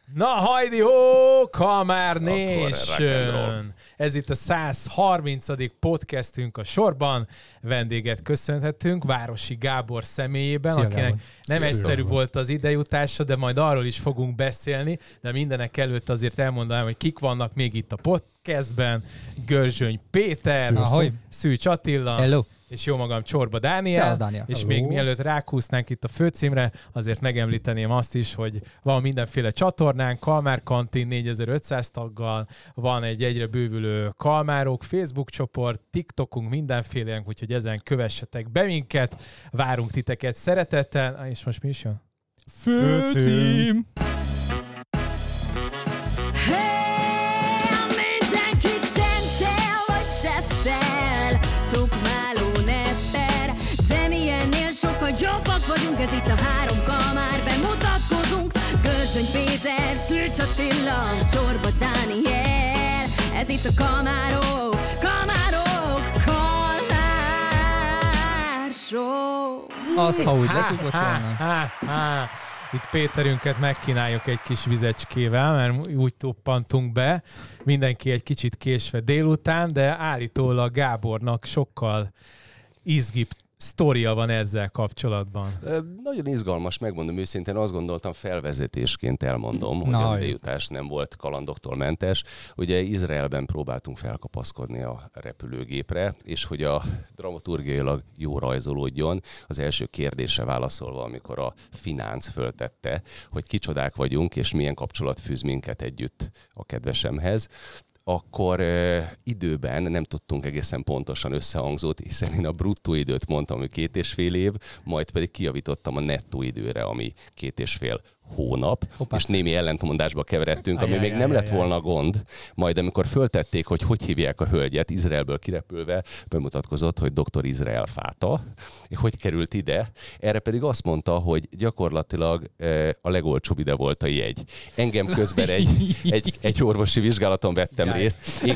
Na hajdi ho, Kamár Nation! Ez itt a 130. podcastünk a sorban. Vendéget köszönhetünk Városi Gábor személyében, Szia, akinek Gábor. nem egyszerű volt az idejutása, de majd arról is fogunk beszélni, de mindenek előtt azért elmondanám, hogy kik vannak még itt a podcastben. Görzsöny Péter, Szűcs Attila, hello. És jó magam Csorba Dániel. Szevasz, Dániel. És Hello. még mielőtt rákúsznánk itt a főcímre, azért megemlíteném azt is, hogy van mindenféle csatornánk, Kalmár Kantin 4500 taggal, van egy egyre bővülő Kalmárok Facebook csoport, TikTokunk mindenfélénk, úgyhogy ezen kövessetek be minket, várunk titeket szeretettel. És most mi is jön? Főcím! Jobbak vagyunk, ez itt a három Kalmár, bemutatkozunk. Görzsöny Péter, Szűcs Attila, Csorba Dániel. Ez itt a Kalmárok, Kalmár Show. Az, ha úgy lesz, úgy Itt Péterünket megkínáljuk egy kis vizecskével, mert úgy toppantunk be. Mindenki egy kicsit késve délután, de állítólag Gábornak sokkal izgibb sztoria van ezzel kapcsolatban. Nagyon izgalmas, megmondom őszintén, azt gondoltam felvezetésként elmondom, hogy az idejutás nem volt kalandoktól mentes. Ugye Izraelben próbáltunk felkapaszkodni a repülőgépre, és hogy a dramaturgiailag jó rajzolódjon, az első kérdésre válaszolva, amikor a Finánc föltette, hogy kicsodák vagyunk, és milyen kapcsolat fűz minket együtt a kedvesemhez, akkor időben nem tudtunk egészen pontosan összehangzót, hiszen én a bruttó időt mondtam, hogy 2,5 év, majd pedig kijavítottam a nettó időre, ami 2,5 hónap, és némi ellentmondásba keveredtünk, ami még nem lett volna gond. Majd amikor föltették, hogy hívják a hölgyet, Izraelből kirepülve, bemutatkozott, hogy dr. Izrael Fáta, hogy került ide. Erre pedig azt mondta, hogy gyakorlatilag a legolcsóbb ide volt a jegy. Engem közben egy orvosi vizsgálaton vettem részt.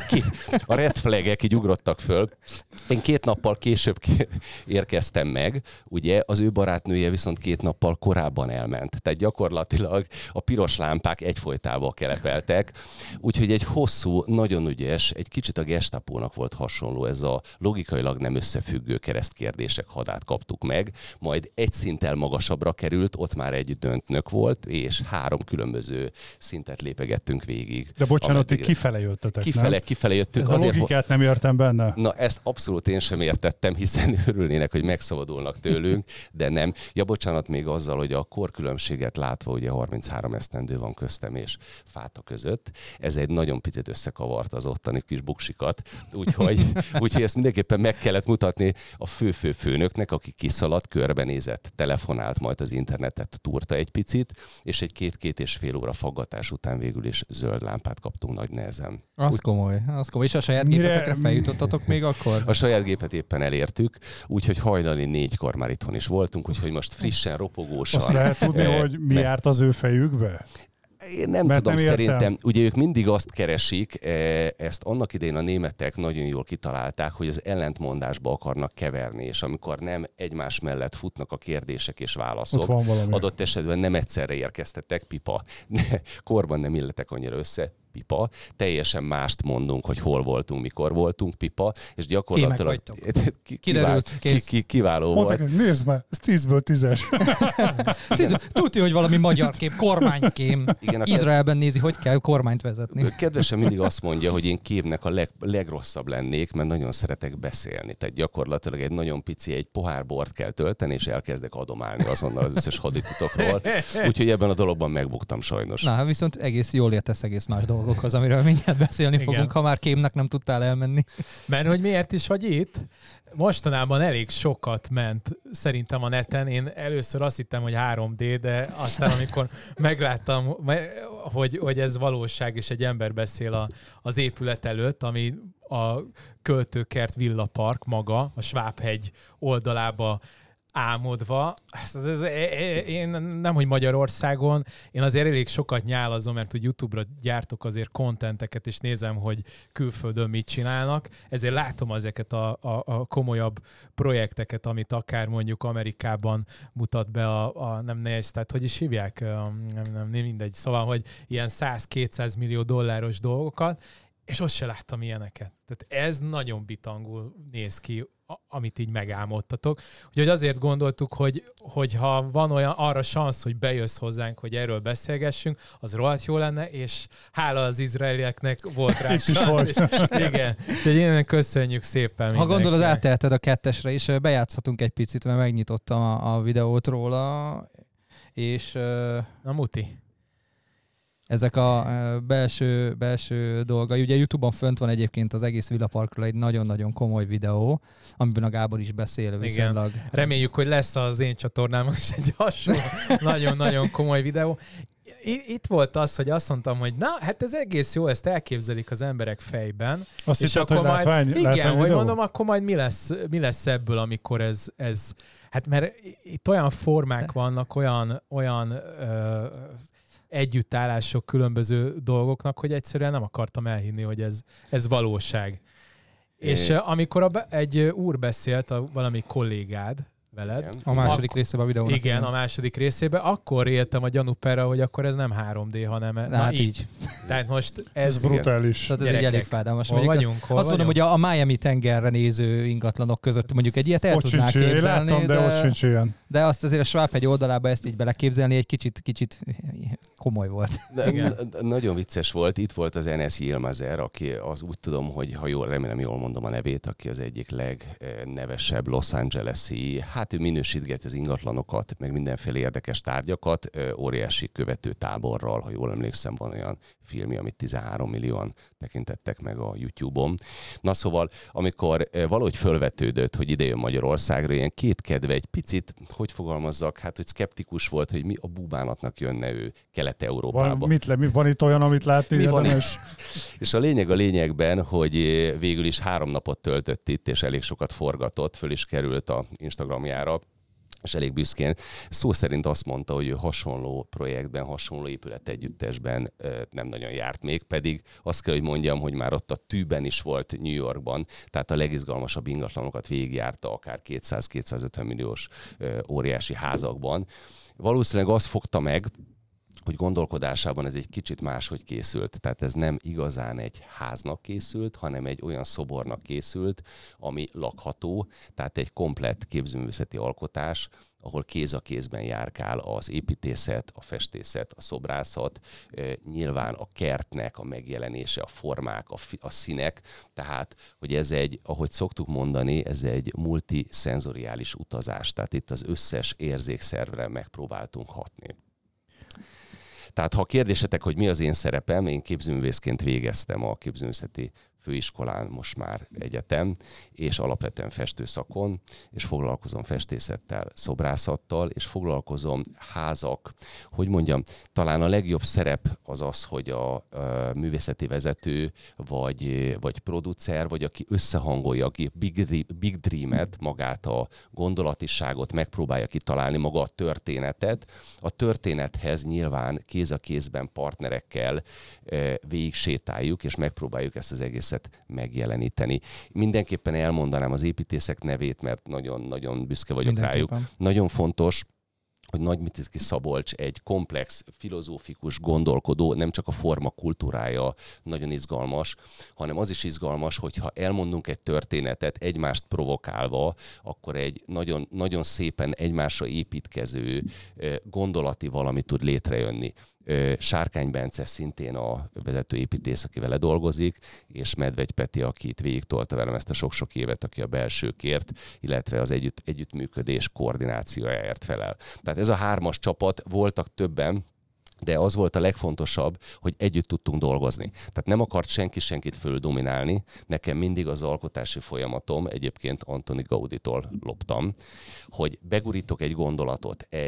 A red flagek így ugrottak föl. Én 2 nappal később érkeztem meg, ugye az ő barátnője viszont 2 nappal korábban elment. Tehát gyakorlatilag a piros lámpák egyfolytában kelepeltek, úgyhogy egy hosszú, nagyon ügyes, egy kicsit a Gestapónak volt hasonló, ez a logikailag nem összefüggő keresztkérdések hadát kaptuk meg, majd egy szinttel magasabbra került, ott már egy döntnök volt, és 3 különböző szintet lépegettünk végig. De bocsánat, hogy kifele jöttetek, Kifele jöttünk. Ez a logikát nem értem benne. Na, ezt abszolút én sem értettem, hiszen örülnének, hogy megszabadulnak tőlünk, de nem. Ja, bocsánat, még azzal, hogy a korkülönbséget látva, ugye 33 esztendő van köztem és Fáta között. Ez egy nagyon picit összekavart az ottani kis buksikat, úgyhogy ezt mindenképpen meg kellett mutatni a főnöknek, aki kiszaladt, körbenézett, telefonált, majd az internetet túrta egy picit, és egy 2,5 óra faggatás után végül is zöld lámpát kaptunk nagy nehezen. Az komoly. És a saját gépetekre feljutottatok még akkor? A saját gépet éppen elértük, úgyhogy hajnali 4-kor már itthon is voltunk, úgyhogy most frissen, ropogósan. Azt lehet tudni, hogy mi járt az ő fejükbe? Én nem tudom, szerintem, ugye ők mindig azt keresik, ezt annak idején a németek nagyon jól kitalálták, hogy az ellentmondásba akarnak keverni, és amikor nem egymás mellett futnak a kérdések és válaszok, adott esetben nem egyszerre érkeztettek, pipa. Korban nem illetek annyira össze, pipa. Teljesen mást mondunk, hogy hol voltunk, mikor voltunk, pipa, és gyakorlatilag kiváló volt. Mondták, nézd már, ez 10-ből 10-es. Tudja, hogy valami magyar kép, kormánykém. Izraelben nézi, hogy kell kormányt vezetni. Kedvesem mindig azt mondja, hogy én képnek a legrosszabb lennék, mert nagyon szeretek beszélni. Tehát gyakorlatilag egy nagyon pici, egy pohár bort kell tölteni, és elkezdek adomálni azonnal az összes hadititokról. Úgyhogy ebben a dologban megbuktam sajnos. Na, viszont egész jól értesz egész más dolgokhoz, amiről mindjárt beszélni fogunk, ha már kémnek nem tudtál elmenni. Mert hogy miért is vagy itt? Mostanában elég sokat ment szerintem a neten. Én először azt hittem, hogy 3D, de aztán amikor megláttam, hogy ez valóság, és egy ember beszél az épület előtt, ami a Költőkert Villapark maga, a Svábhegy oldalába álmodva. Én nem, hogy Magyarországon, én azért elég sokat nyálazom, mert hogy YouTube-ra gyártok azért kontenteket, és nézem, hogy külföldön mit csinálnak. Ezért látom ezeket a komolyabb projekteket, amit akár mondjuk Amerikában mutat be nem nehéz, tehát hogy is hívják? Nem mindegy. Szóval, hogy ilyen 100-200 millió dolláros dolgokat, és ott se láttam ilyeneket. Tehát ez nagyon bitangul néz ki, amit így megálmodtatok. Úgyhogy azért gondoltuk, hogy ha van olyan arra szansz, hogy bejössz hozzánk, hogy erről beszélgessünk, az rohadt jó lenne, és hála az izraelieknek volt rá szansz. Igen. Úgyhogy én köszönjük szépen. Ha gondolod, átteheted a 2-esre is, bejátszhatunk egy picit, mert megnyitottam a videót róla, és... Na muti. Ezek a belső dolgai. Ugye YouTube-on fönt van egyébként az egész Villa Parkról egy nagyon-nagyon komoly videó, amiben a Gábor is beszél viszonylag. Igen. Reméljük, hogy lesz az én csatornámon is egy hasonló nagyon-nagyon komoly videó. Itt volt az, hogy azt mondtam, hogy na, hát ez egész jó, ezt elképzelik az emberek fejben. Azt és hittem, akkor hogy majd, igen, hogy videó? mondom, akkor majd mi lesz ebből, amikor ez hát mert itt olyan formák vannak, olyan együttállások különböző dolgoknak, hogy egyszerűen nem akartam elhinni, hogy ez valóság. És amikor egy úr beszélt, valami kollégád veled. Igen. A második részében a videónak. Igen, a második részében. Akkor éltem a gyanúperre, hogy akkor ez nem 3D, hanem... Na így. Tehát most ez brutális. Tehát ez egy elég fájdalmas. Hol vagyunk? Azt mondom, hogy a Miami tengerre néző ingatlanok között mondjuk egy ilyet el tudnál képzelni. Láttam, de ott sincs ilyen. De azt azért a Schwab-hegy oldalába ezt így beleképzelni egy kicsit komoly volt. Nagyon vicces volt. Itt volt az Enes Yilmazer, aki az úgy tudom, hogy ha remélem jól mondom a nevét, aki az egyik legnevesebb Los Angeles-i, hát ő minősítgeti az ingatlanokat, meg mindenféle érdekes tárgyakat, óriási követőtáborral, ha jól emlékszem, van olyan filmje, amit 13 millióan tekintettek meg a YouTube-on. Na szóval, amikor valahogy fölvetődött, hogy ide jön Magyarországra, ilyen kétkedve egy picit, hogy fogalmazzak, hát hogy szkeptikus volt, hogy mi a búbánatnak jönne ő Kelet-Európába. Van itt olyan, amit látni érdemes? És a lényegben, hogy végül is 3 napot töltött itt, és elég sokat forgatott, föl is került a Instagramjára, és elég büszkén. Szó szerint azt mondta, hogy ő hasonló projektben, hasonló épületegyüttesben nem nagyon járt még, pedig azt kell, hogy mondjam, hogy már ott a Tűben is volt New Yorkban, tehát a legizgalmasabb ingatlanokat végigjárta akár 200-250 milliós óriási házakban. Valószínűleg azt fogta meg, hogy gondolkodásában ez egy kicsit máshogy készült. Tehát ez nem igazán egy háznak készült, hanem egy olyan szobornak készült, ami lakható, tehát egy komplett képzőművészeti alkotás, ahol kéz a kézben járkál az építészet, a festészet, a szobrászat, nyilván a kertnek a megjelenése, a formák, a színek, tehát, hogy ez egy, ahogy szoktuk mondani, ez egy multiszenzoriális utazás, tehát itt az összes érzékszervre megpróbáltunk hatni. Tehát ha a kérdésetek, hogy mi az én szerepem, én képzőművészként végeztem a képzőművészeti főiskolán, most már egyetem, és alapvetően festőszakon, és foglalkozom festészettel, szobrászattal, és foglalkozom házak, hogy mondjam, talán a legjobb szerep az az, hogy a művészeti vezető, vagy producer, vagy aki összehangolja, aki big dreamet, magát a gondolatiságot megpróbálja kitalálni, maga a történetet. A történethez nyilván kéz a kézben partnerekkel végig sétáljuk, és megpróbáljuk ezt az egészet megjeleníteni. Mindenképpen elmondanám az építészek nevét, mert nagyon büszke vagyok rájuk. Nagyon fontos, hogy Nagymiciszki Szabolcs egy komplex, filozófikus gondolkodó, nem csak a forma kultúrája nagyon izgalmas, hanem az is izgalmas, hogyha elmondunk egy történetet egymást provokálva, akkor egy nagyon, nagyon szépen egymásra építkező gondolati valami tud létrejönni. Sárkány Bence szintén a vezető építész, aki vele dolgozik, és Medvegy Peti, aki itt végigtolta velem ezt a sok-sok évet, aki a belsőkért, illetve az együttműködés koordinációjáért felel. Tehát ez a 3-as csapat, voltak többen, de az volt a legfontosabb, hogy együtt tudtunk dolgozni. Tehát nem akart senki senkit földominálni. Nekem mindig az alkotási folyamatom, egyébként Antoni Gauditól loptam, hogy begurítok egy gondolatot, egy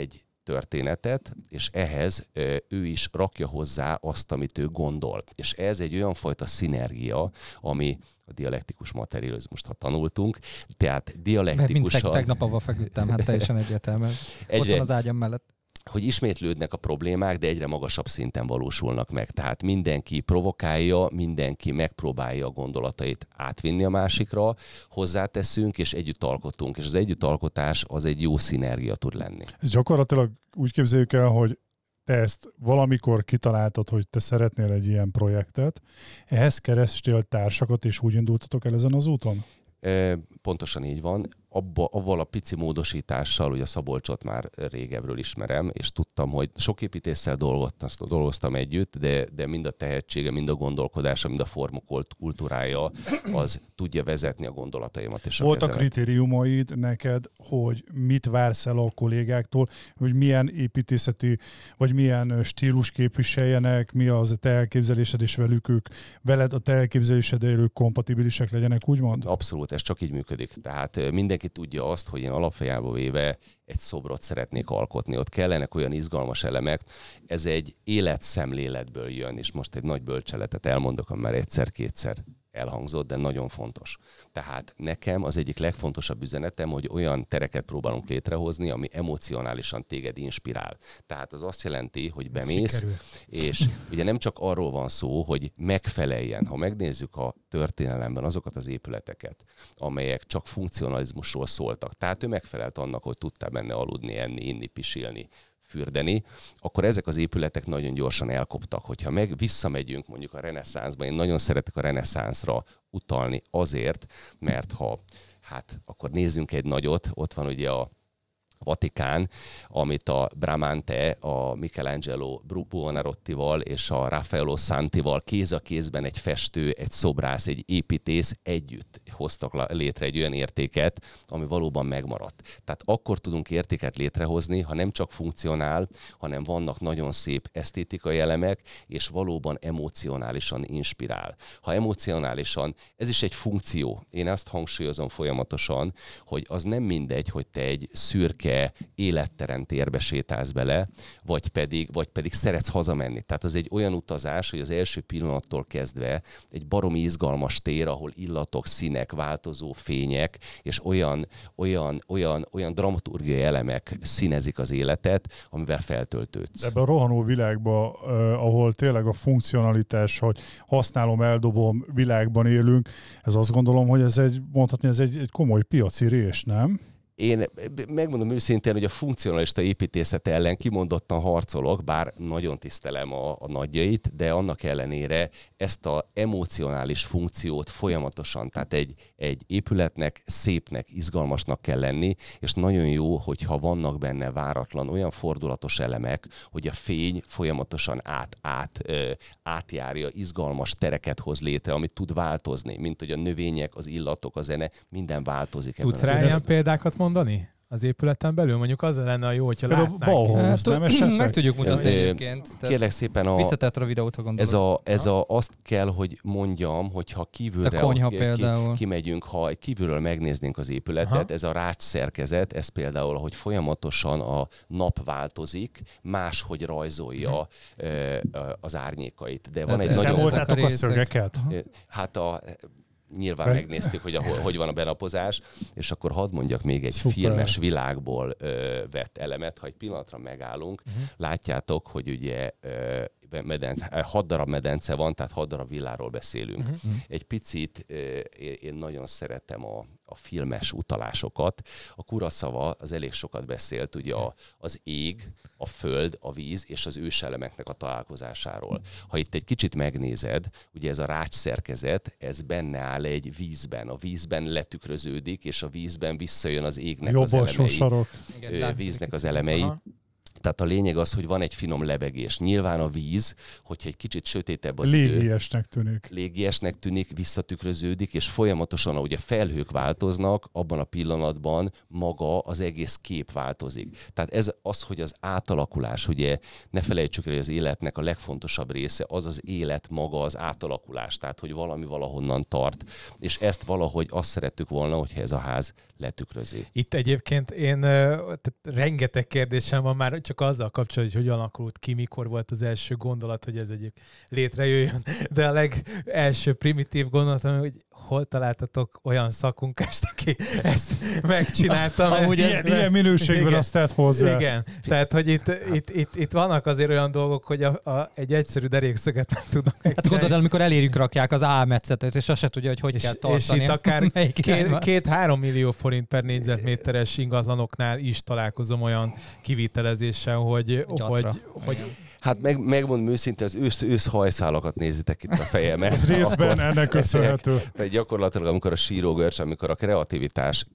történetet, és ehhez ő is rakja hozzá azt, amit ő gondol. És ez egy olyan fajta szinergia, ami a dialektikus materializmust, ha tanultunk, tehát dialektikusan... Mint tegnap avval feküdtem, hát teljesen egyértelműen. Ott van az ágyam mellett. Hogy ismétlődnek a problémák, de egyre magasabb szinten valósulnak meg. Tehát mindenki provokálja, mindenki megpróbálja a gondolatait átvinni a másikra, hozzáteszünk és együtt alkotunk. És az együttalkotás az egy jó szinergia tud lenni. Ez gyakorlatilag úgy képzeljük el, hogy te ezt valamikor kitaláltad, hogy te szeretnél egy ilyen projektet, ehhez kerestél társakat, és úgy indultatok el ezen az úton? Pontosan így van. Avval a pici módosítással, ugye a Szabolcsot már régebről ismerem, és tudtam, hogy sok építéssel dolgoztam együtt, de mind a tehetsége, mind a gondolkodása, mind a formakultúrája az tudja vezetni a gondolataimat. És voltak kritériumaid neked, hogy mit vársz el a kollégáktól, hogy milyen építészeti, vagy milyen stílus képviseljenek, mi az a te elképzelésed, és veled a te elképzelésed kompatibilisek legyenek, úgymond? Abszolút, ez csak így működik. Tehát mindenki tudja azt, hogy én alapjában véve egy szobrot szeretnék alkotni. Ott kellenek olyan izgalmas elemek. Ez egy életszemléletből jön, és most egy nagy bölcseletet elmondok, ami már egyszer-kétszer elhangzott, de nagyon fontos. Tehát nekem az egyik legfontosabb üzenetem, hogy olyan tereket próbálunk létrehozni, ami emocionálisan téged inspirál. Tehát az azt jelenti, hogy bemész, és ugye nem csak arról van szó, hogy megfeleljen. Ha megnézzük a történelemben azokat az épületeket, amelyek csak funkcionalizmusról szóltak, tehát ő megfelelt annak, hogy tudtál benne aludni, enni, inni, pisilni, fürdeni, akkor ezek az épületek nagyon gyorsan elkoptak. Hogyha visszamegyünk mondjuk a reneszánszba, én nagyon szeretek a reneszánszra utalni azért, mert akkor nézzünk egy nagyot, ott van ugye a Vatikán, amit a Bramante, a Michelangelo Buonarrotival és a Raffaello Santival kéz a kézben egy festő, egy szobrász, egy építész együtt hoztak létre egy olyan értéket, ami valóban megmaradt. Tehát akkor tudunk értéket létrehozni, ha nem csak funkcionál, hanem vannak nagyon szép esztétikai elemek, és valóban emocionálisan inspirál. Ha emocionálisan, ez is egy funkció. Én azt hangsúlyozom folyamatosan, hogy az nem mindegy, hogy te egy szürke életteren térbe sétálsz bele, vagy pedig szeretsz hazamenni. Tehát az egy olyan utazás, hogy az első pillanattól kezdve egy baromi izgalmas tér, ahol illatok, színek, változó fények, és olyan dramaturgiai elemek színezik az életet, amivel feltöltődsz. Ebben a rohanó világban, ahol tényleg a funkcionalitás, hogy használom, eldobom világban élünk, ez azt gondolom, hogy ez egy komoly piaci rés, nem? Én megmondom őszintén, hogy a funkcionalista építészet ellen kimondottan harcolok, bár nagyon tisztelem a nagyjait, de annak ellenére ezt az emocionális funkciót folyamatosan, tehát egy épületnek szépnek, izgalmasnak kell lenni, és nagyon jó, hogyha vannak benne váratlan olyan fordulatos elemek, hogy a fény folyamatosan átjárja, izgalmas tereket hoz létre, amit tud változni, mint hogy a növények, az illatok, a zene, minden változik. Tudsz rá ilyen példákat mondani? Az épületen belül? Mondjuk az lenne jó, hogyha látnánk. Meg tudjuk mutatni egyébként. Kérlek szépen visszatettre a videót, ha gondolod. azt kell, hogy mondjam, hogyha kívülre kimegyünk, ha kívülről megnéznénk az épületet, ez a rács szerkezet, ez például, hogy folyamatosan a nap változik, máshogy rajzolja az árnyékait. De van egy nagyon... Számoltátok a szögeket? Hát nyilván megnéztük, hogy van a benapozás, és akkor hadd mondjak még egy filmes világból vett elemet, ha egy pillanatra megállunk, látjátok, hogy ugye 6 darab medence van, tehát 6 darab villáról beszélünk. Egy picit én nagyon szeretem a filmes utalásokat. A Kurosawa az elég sokat beszélt ugye az ég, a föld, a víz és az őselemeknek a találkozásáról. Ha itt egy kicsit megnézed, ugye ez a rács szerkezet, ez benne áll egy vízben. A vízben letükröződik, és a vízben visszajön az égnek az elemei. Víznek az elemei. Tehát a lényeg az, hogy van egy finom lebegés. Nyilván a víz, hogyha egy kicsit sötétebb az légiesnek tűnik, visszatükröződik, és folyamatosan, ahogy a felhők változnak, abban a pillanatban maga az egész kép változik. Tehát ez az, hogy az átalakulás, ugye ne felejtsük el, hogy az életnek a legfontosabb része az az élet maga, az átalakulás. Tehát, hogy valami valahonnan tart. És ezt valahogy azt szerettük volna, hogyha ez a ház letükrözi. Itt egyébként rengeteg kérdésem van már, csak csak azzal kapcsolatban, hogy alakult ki, mikor volt az első gondolat, hogy ez egyik létrejöjjön. De a legelső primitív gondolat, hogy hol találtatok olyan szakmunkást, aki ezt megcsinálta. Amúgy ilyen minőségben azt tett hozzá. Igen, tehát hogy itt vannak azért olyan dolgok, hogy egy egyszerű derékszöget nem tudnak megcsinálni. Hát gondolod, amikor elérjük rakják az A-metszetet, és azt se tudja, hogy kell tartani. És itt akár 2-3 millió forint per négyzetméteres ingatlanoknál is találkozom olyan kivitelezéssel, hogy hát megmondom őszintén, az őszhajszálakat nézitek itt a fejemen. Ez részben ennek köszönhető. Gyakorlatilag, amikor a sírógörcs, amikor a kreativitás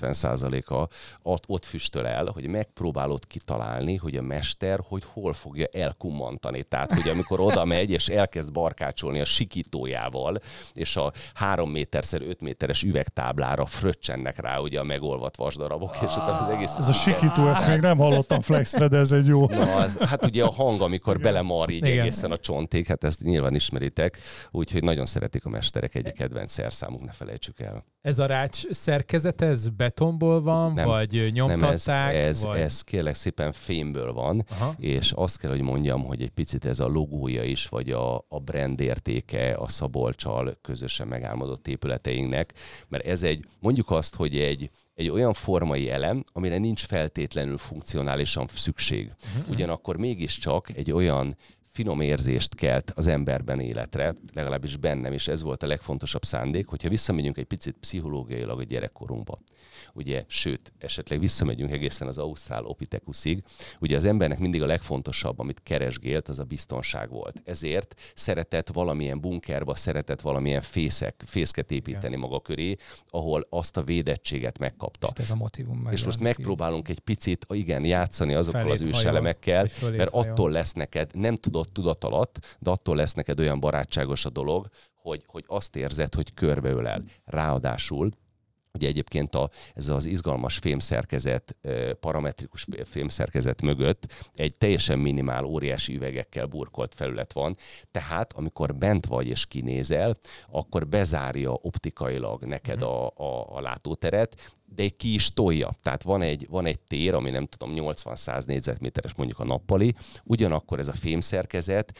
90%-a ott füstöl el, hogy megpróbálod kitalálni, hogy a mester hol fogja elkummantani. Tehát, hogy amikor oda megy, és elkezd barkácsolni a sikítójával, és a 3 méterszer 5 méteres üvegtáblára fröccsennek rá ugye a megolvadt vasdarabok, és utána az egész... Ez a sikító, ezt még nem hallottam Flexre, de ez egy jó... Na, hát ugye a hang, amikor belemar így egészen a csontig, hát ezt nyilván ismeritek, úgyhogy nagyon szeretik a mesterek, egyik kedvenc szerszámuk, ne felejtsük el. Ez a rács szerkezet, ez betonból van, vagy nyomtatták? Nem, ez kérlek szépen fémből van, és azt kell, hogy mondjam, hogy egy picit ez a logója is, vagy a brand értéke a Szabolccsal közösen megálmodott épületeinknek, mert ez mondjuk azt, hogy egy olyan formai elem, amire nincs feltétlenül funkcionálisan szükség. Ugyanakkor mégiscsak egy olyan finom érzést kelt az emberben életre, legalábbis bennem, és ez volt a legfontosabb szándék, hogyha visszamegyünk egy picit pszichológiailag a gyerekkorunkba. Ugye, sőt, esetleg visszamegyünk egészen az ausztrál opithecusig, ugye az embernek mindig a legfontosabb, amit keresgélt, az a biztonság volt. Ezért szeretett valamilyen bunkerba, szeretett valamilyen fészket építeni maga köré, ahol azt a védettséget megkapta. Ez a motivum. És most megpróbálunk egy picit, játszani azokkal az őselemekkel, mert attól lesz neked, nem tudod tudat alatt, de attól lesz neked olyan barátságos a dolog, hogy azt érzed, hogy körbeölel. Ráadásul ugye egyébként ez az izgalmas fémszerkezet, parametrikus fémszerkezet mögött egy teljesen minimál, óriási üvegekkel burkolt felület van, tehát amikor bent vagy és kinézel, akkor bezárja optikailag neked a látóteret, de ki is tolja. Tehát van egy tér, ami nem tudom, 80-100 négyzetméteres mondjuk a nappali, ugyanakkor ez a fémszerkezet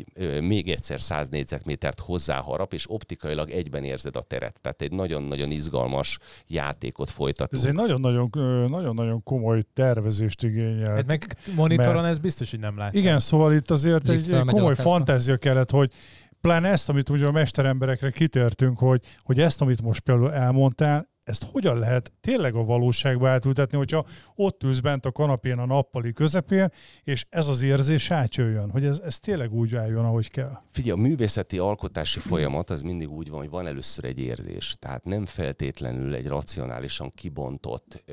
még egyszer 100 négyzetmétert hozzáharap, és optikailag egyben érzed a teret. Tehát egy nagyon-nagyon izgalmas játékot folytatunk. Ez egy nagyon-nagyon komoly tervezést igényel. Hát meg monitoron ez biztos, hogy nem láttam. Igen, szóval itt azért egy komoly fantázia kellett, hogy pláne ezt, amit ugye a mesteremberekre kitértünk, hogy ezt, amit most például elmondtál, ezt hogyan lehet tényleg a valóságba átültetni, hogyha ott ülsz bent a kanapén a nappali közepén, és ez az érzés átjöjjön, hogy ez tényleg úgy álljon, ahogy kell. Figyelj, a művészeti alkotási folyamat az mindig úgy van, hogy van először egy érzés. Tehát nem feltétlenül egy racionálisan kibontott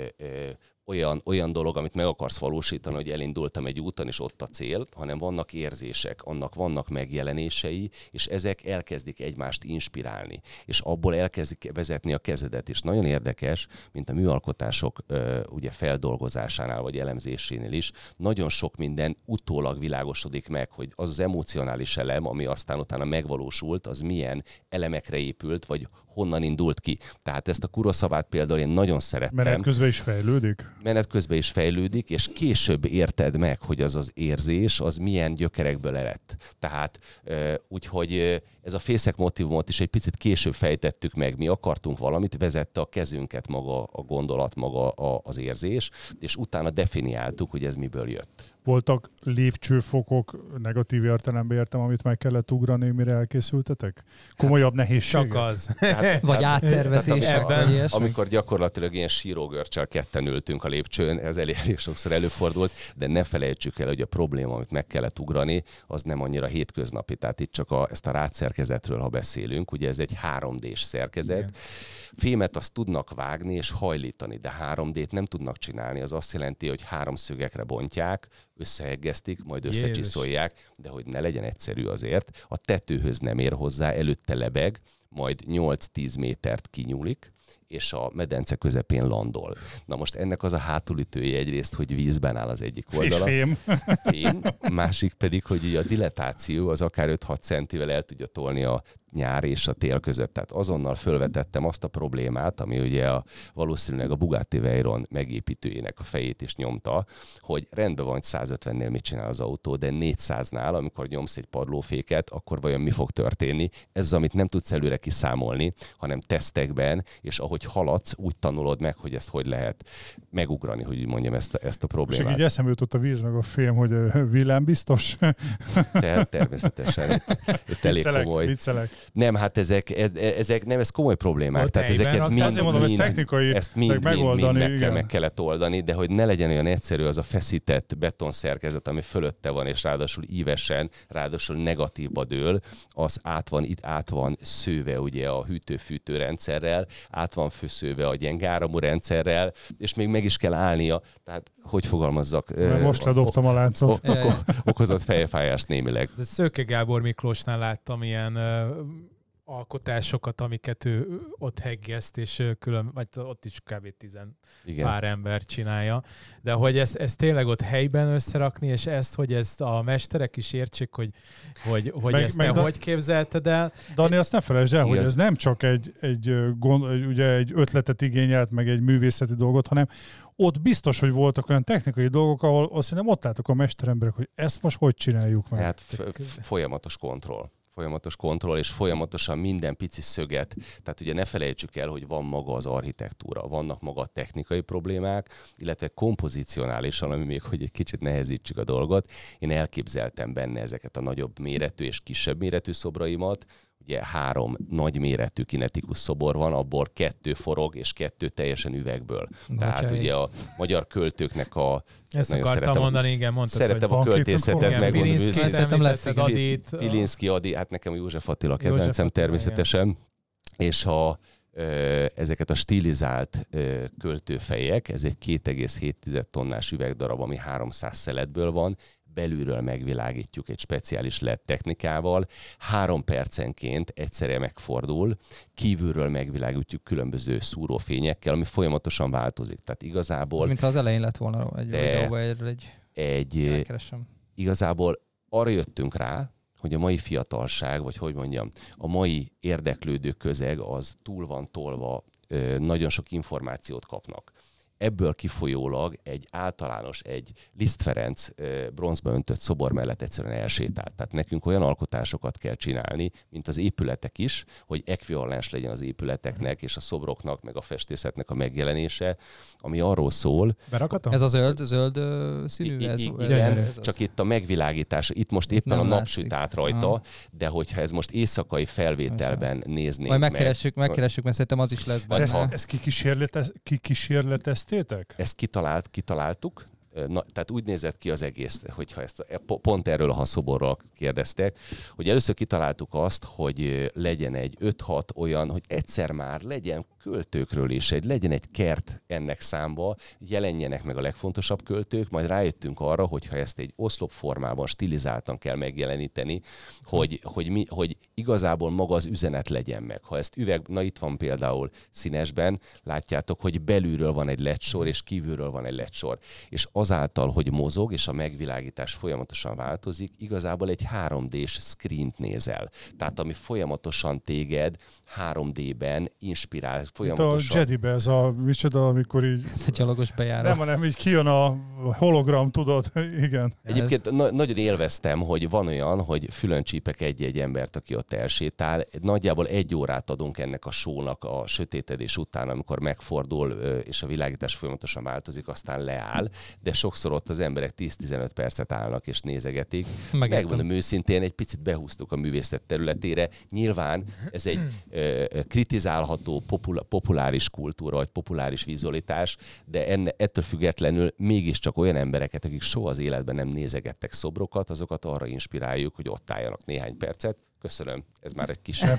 olyan dolog, amit meg akarsz valósítani, hogy elindultam egy úton, és ott a cél, hanem vannak érzések, annak vannak megjelenései, és ezek elkezdik egymást inspirálni, és abból elkezdik vezetni a kezedet. És nagyon érdekes, mint a műalkotások ugye feldolgozásánál, vagy elemzésénél is, nagyon sok minden utólag világosodik meg, hogy az emocionális elem, ami aztán utána megvalósult, az milyen elemekre épült, vagy honnan indult ki. Tehát ezt a Kuroszavát például én nagyon szerettem. Menet közben is fejlődik? Menet közben is fejlődik, és később érted meg, hogy az érzés, az milyen gyökerekből eredt. Tehát úgyhogy ez a fészek motívumot is egy picit később fejtettük meg. Mi akartunk valamit, vezette a kezünket maga a gondolat, maga az érzés, és utána definiáltuk, hogy ez miből jött. Voltak lépcsőfokok, negatív értelemben értem, amit meg kellett ugrani, mire elkészültetek? Komolyabb nehézségek? Csak az. Vagy áttervezések. Amikor gyakorlatilag ilyen sírógörcsel ketten ültünk a lépcsőn, ez elég sokszor előfordult, de ne felejtsük el, hogy a probléma, amit meg kellett ugrani, az nem annyira hétköznapi. Tehát itt csak ezt a rácszerkezetről, ha beszélünk, ugye ez egy 3D-s szerkezet. Igen. Fémet azt tudnak vágni és hajlítani, de 3D-t nem tudnak csinálni. Az azt jelenti, hogy 3 szögekre bontják, összeeggesztik, majd összecsiszolják, de hogy ne legyen egyszerű azért, a tetőhöz nem ér hozzá, előtte lebeg, majd 8-10 métert kinyúlik, és a medence közepén landol. Na most ennek az a hátulütője egyrészt, hogy vízben áll az egyik oldala. Fém. Másik pedig, hogy így a dilatáció az akár 5-6 centivel el tudja tolni a nyár és a tél között. Tehát azonnal fölvetettem azt a problémát, ami ugye valószínűleg a Bugatti Veyron megépítőjének a fejét is nyomta, hogy rendben van, hogy 150-nél mit csinál az autó, de 400-nál, amikor nyomsz egy padlóféket, akkor vajon mi fog történni? Ez az, amit nem tudsz előre kiszámolni, hanem tesztekben, és ahogy haladsz, úgy tanulod meg, hogy ezt hogy lehet megugrani, hogy úgy mondjam ezt a problémát. És így eszembe jutott a víz meg a fém, hogy villámbiztos. Természetesen. Itt elég komoly. Viccelek. Nem, hát ezek nem, ez komoly problémák. Ott tehát ezeket meg kellett oldani, de hogy ne legyen olyan egyszerű az a feszített betonszerkezet, ami fölötte van, és ráadásul ívesen, ráadásul negatívba dől, az át van szőve ugye a hűtő-fűtő rendszerrel, át van főszőve a gyenge áramú rendszerrel, és még meg is kell állnia, tehát hogy fogalmazzak? Most ledobtam a láncot. Okozott fejfájást némileg. Szőke Gábor Miklósnál láttam ilyen alkotásokat, amiket ő ott heggeszt, és vagy ott is kb. 10 pár ember csinálja. De hogy ezt tényleg ott helyben összerakni, és hogy ezt a mesterek is értsék, hogy hogy képzelted el. Dani, azt ne felejtsd el, hogy ez nem csak egy ötletet igényelt, meg egy művészeti dolgot, hanem ott biztos, hogy voltak olyan technikai dolgok, ahol azt hiszem ott láttak a mesteremberek, hogy ezt most hogy csináljuk meg. Hát folyamatos kontroll, és folyamatosan minden pici szöget. Tehát ugye ne felejtsük el, hogy van maga az architektúra, vannak maga a technikai problémák, illetve kompozicionálisan, ami még, hogy egy kicsit nehezítsük a dolgot. Én elképzeltem benne ezeket a nagyobb méretű és kisebb méretű szobraimat. Ugye 3 nagy méretű kinetikus szobor van, abból 2 forog, és 2 teljesen üvegből. Tehát ugye a magyar költőknek ezt akartam mondani, igen, mondtad, szeretem a költészetet megmondani. Pilinszky, Adi, hát nekem József Attila kedvencem természetesen, és ezeket a stilizált költőfejek, ez egy 2,7 tonnás üvegdarab, ami 300 szeletből van, belülről megvilágítjuk egy speciális LED technikával, 3 percenként egyszerre megfordul, kívülről megvilágítjuk különböző szúrófényekkel, ami folyamatosan változik. Tehát igazából... Ez mintha az elején lett volna egy videóban, igazából arra jöttünk rá, hogy a mai fiatalság, vagy hogy mondjam, a mai érdeklődő közeg az túl van tolva, nagyon sok információt kapnak. Ebből kifolyólag egy Liszt Ferenc bronzba öntött szobor mellett egyszerűen elsétált. Tehát nekünk olyan alkotásokat kell csinálni, mint az épületek is, hogy ekvivalens legyen az épületeknek és a szobroknak, meg a festészetnek a megjelenése, ami arról szól... Berakatom? Ez a zöld színű? Igen, csak itt a megvilágítás, itt most éppen a napsüt át rajta, de hogyha ez most éjszakai felvételben néznénk majd megkeressük, mert szerintem az is lesz benne. Ezt kikísérleteztétek? Ezt kitaláltuk. Tehát úgy nézett ki az egész, hogyha pont erről a haszoborral kérdeztek, hogy először kitaláltuk azt, hogy legyen egy 5-6 olyan, hogy egyszer már legyen költőkről is, legyen egy kert ennek számba, jelenjenek meg a legfontosabb költők, majd rájöttünk arra, hogyha ezt egy oszlop formában stilizáltan kell megjeleníteni, hogy igazából maga az üzenet legyen meg. Ha ezt itt van például színesben, látjátok, hogy belülről van egy LED-sor, és kívülről van egy LED-sor. És azáltal, hogy mozog, és a megvilágítás folyamatosan változik, igazából egy 3D-s screent nézel. Tehát ami folyamatosan téged 3D-ben inspirál, folyamatosan. A Jedibe ez micsoda, amikor így... Ez egy gyalogos bejáró. Nem, így kijön a hologram, tudod, igen. Egyébként nagyon élveztem, hogy van olyan, hogy fülön csípek egy embert, aki ott elsétál. Nagyjából 1 órát adunk ennek a show-nak a sötétedés után, amikor megfordul, és a világítás folyamatosan változik, aztán leáll, de sokszor ott az emberek 10-15 percet állnak és nézegetik. Megmondom őszintén, egy picit behúztuk a művészet területére. Nyilván ez egy kritizálható populáris kultúra, vagy populáris vizualitás, de ettől függetlenül mégiscsak olyan embereket, akik soha az életben nem nézegettek szobrokat, azokat arra inspiráljuk, hogy ott álljanak néhány percet. Köszönöm, ez már egy kis...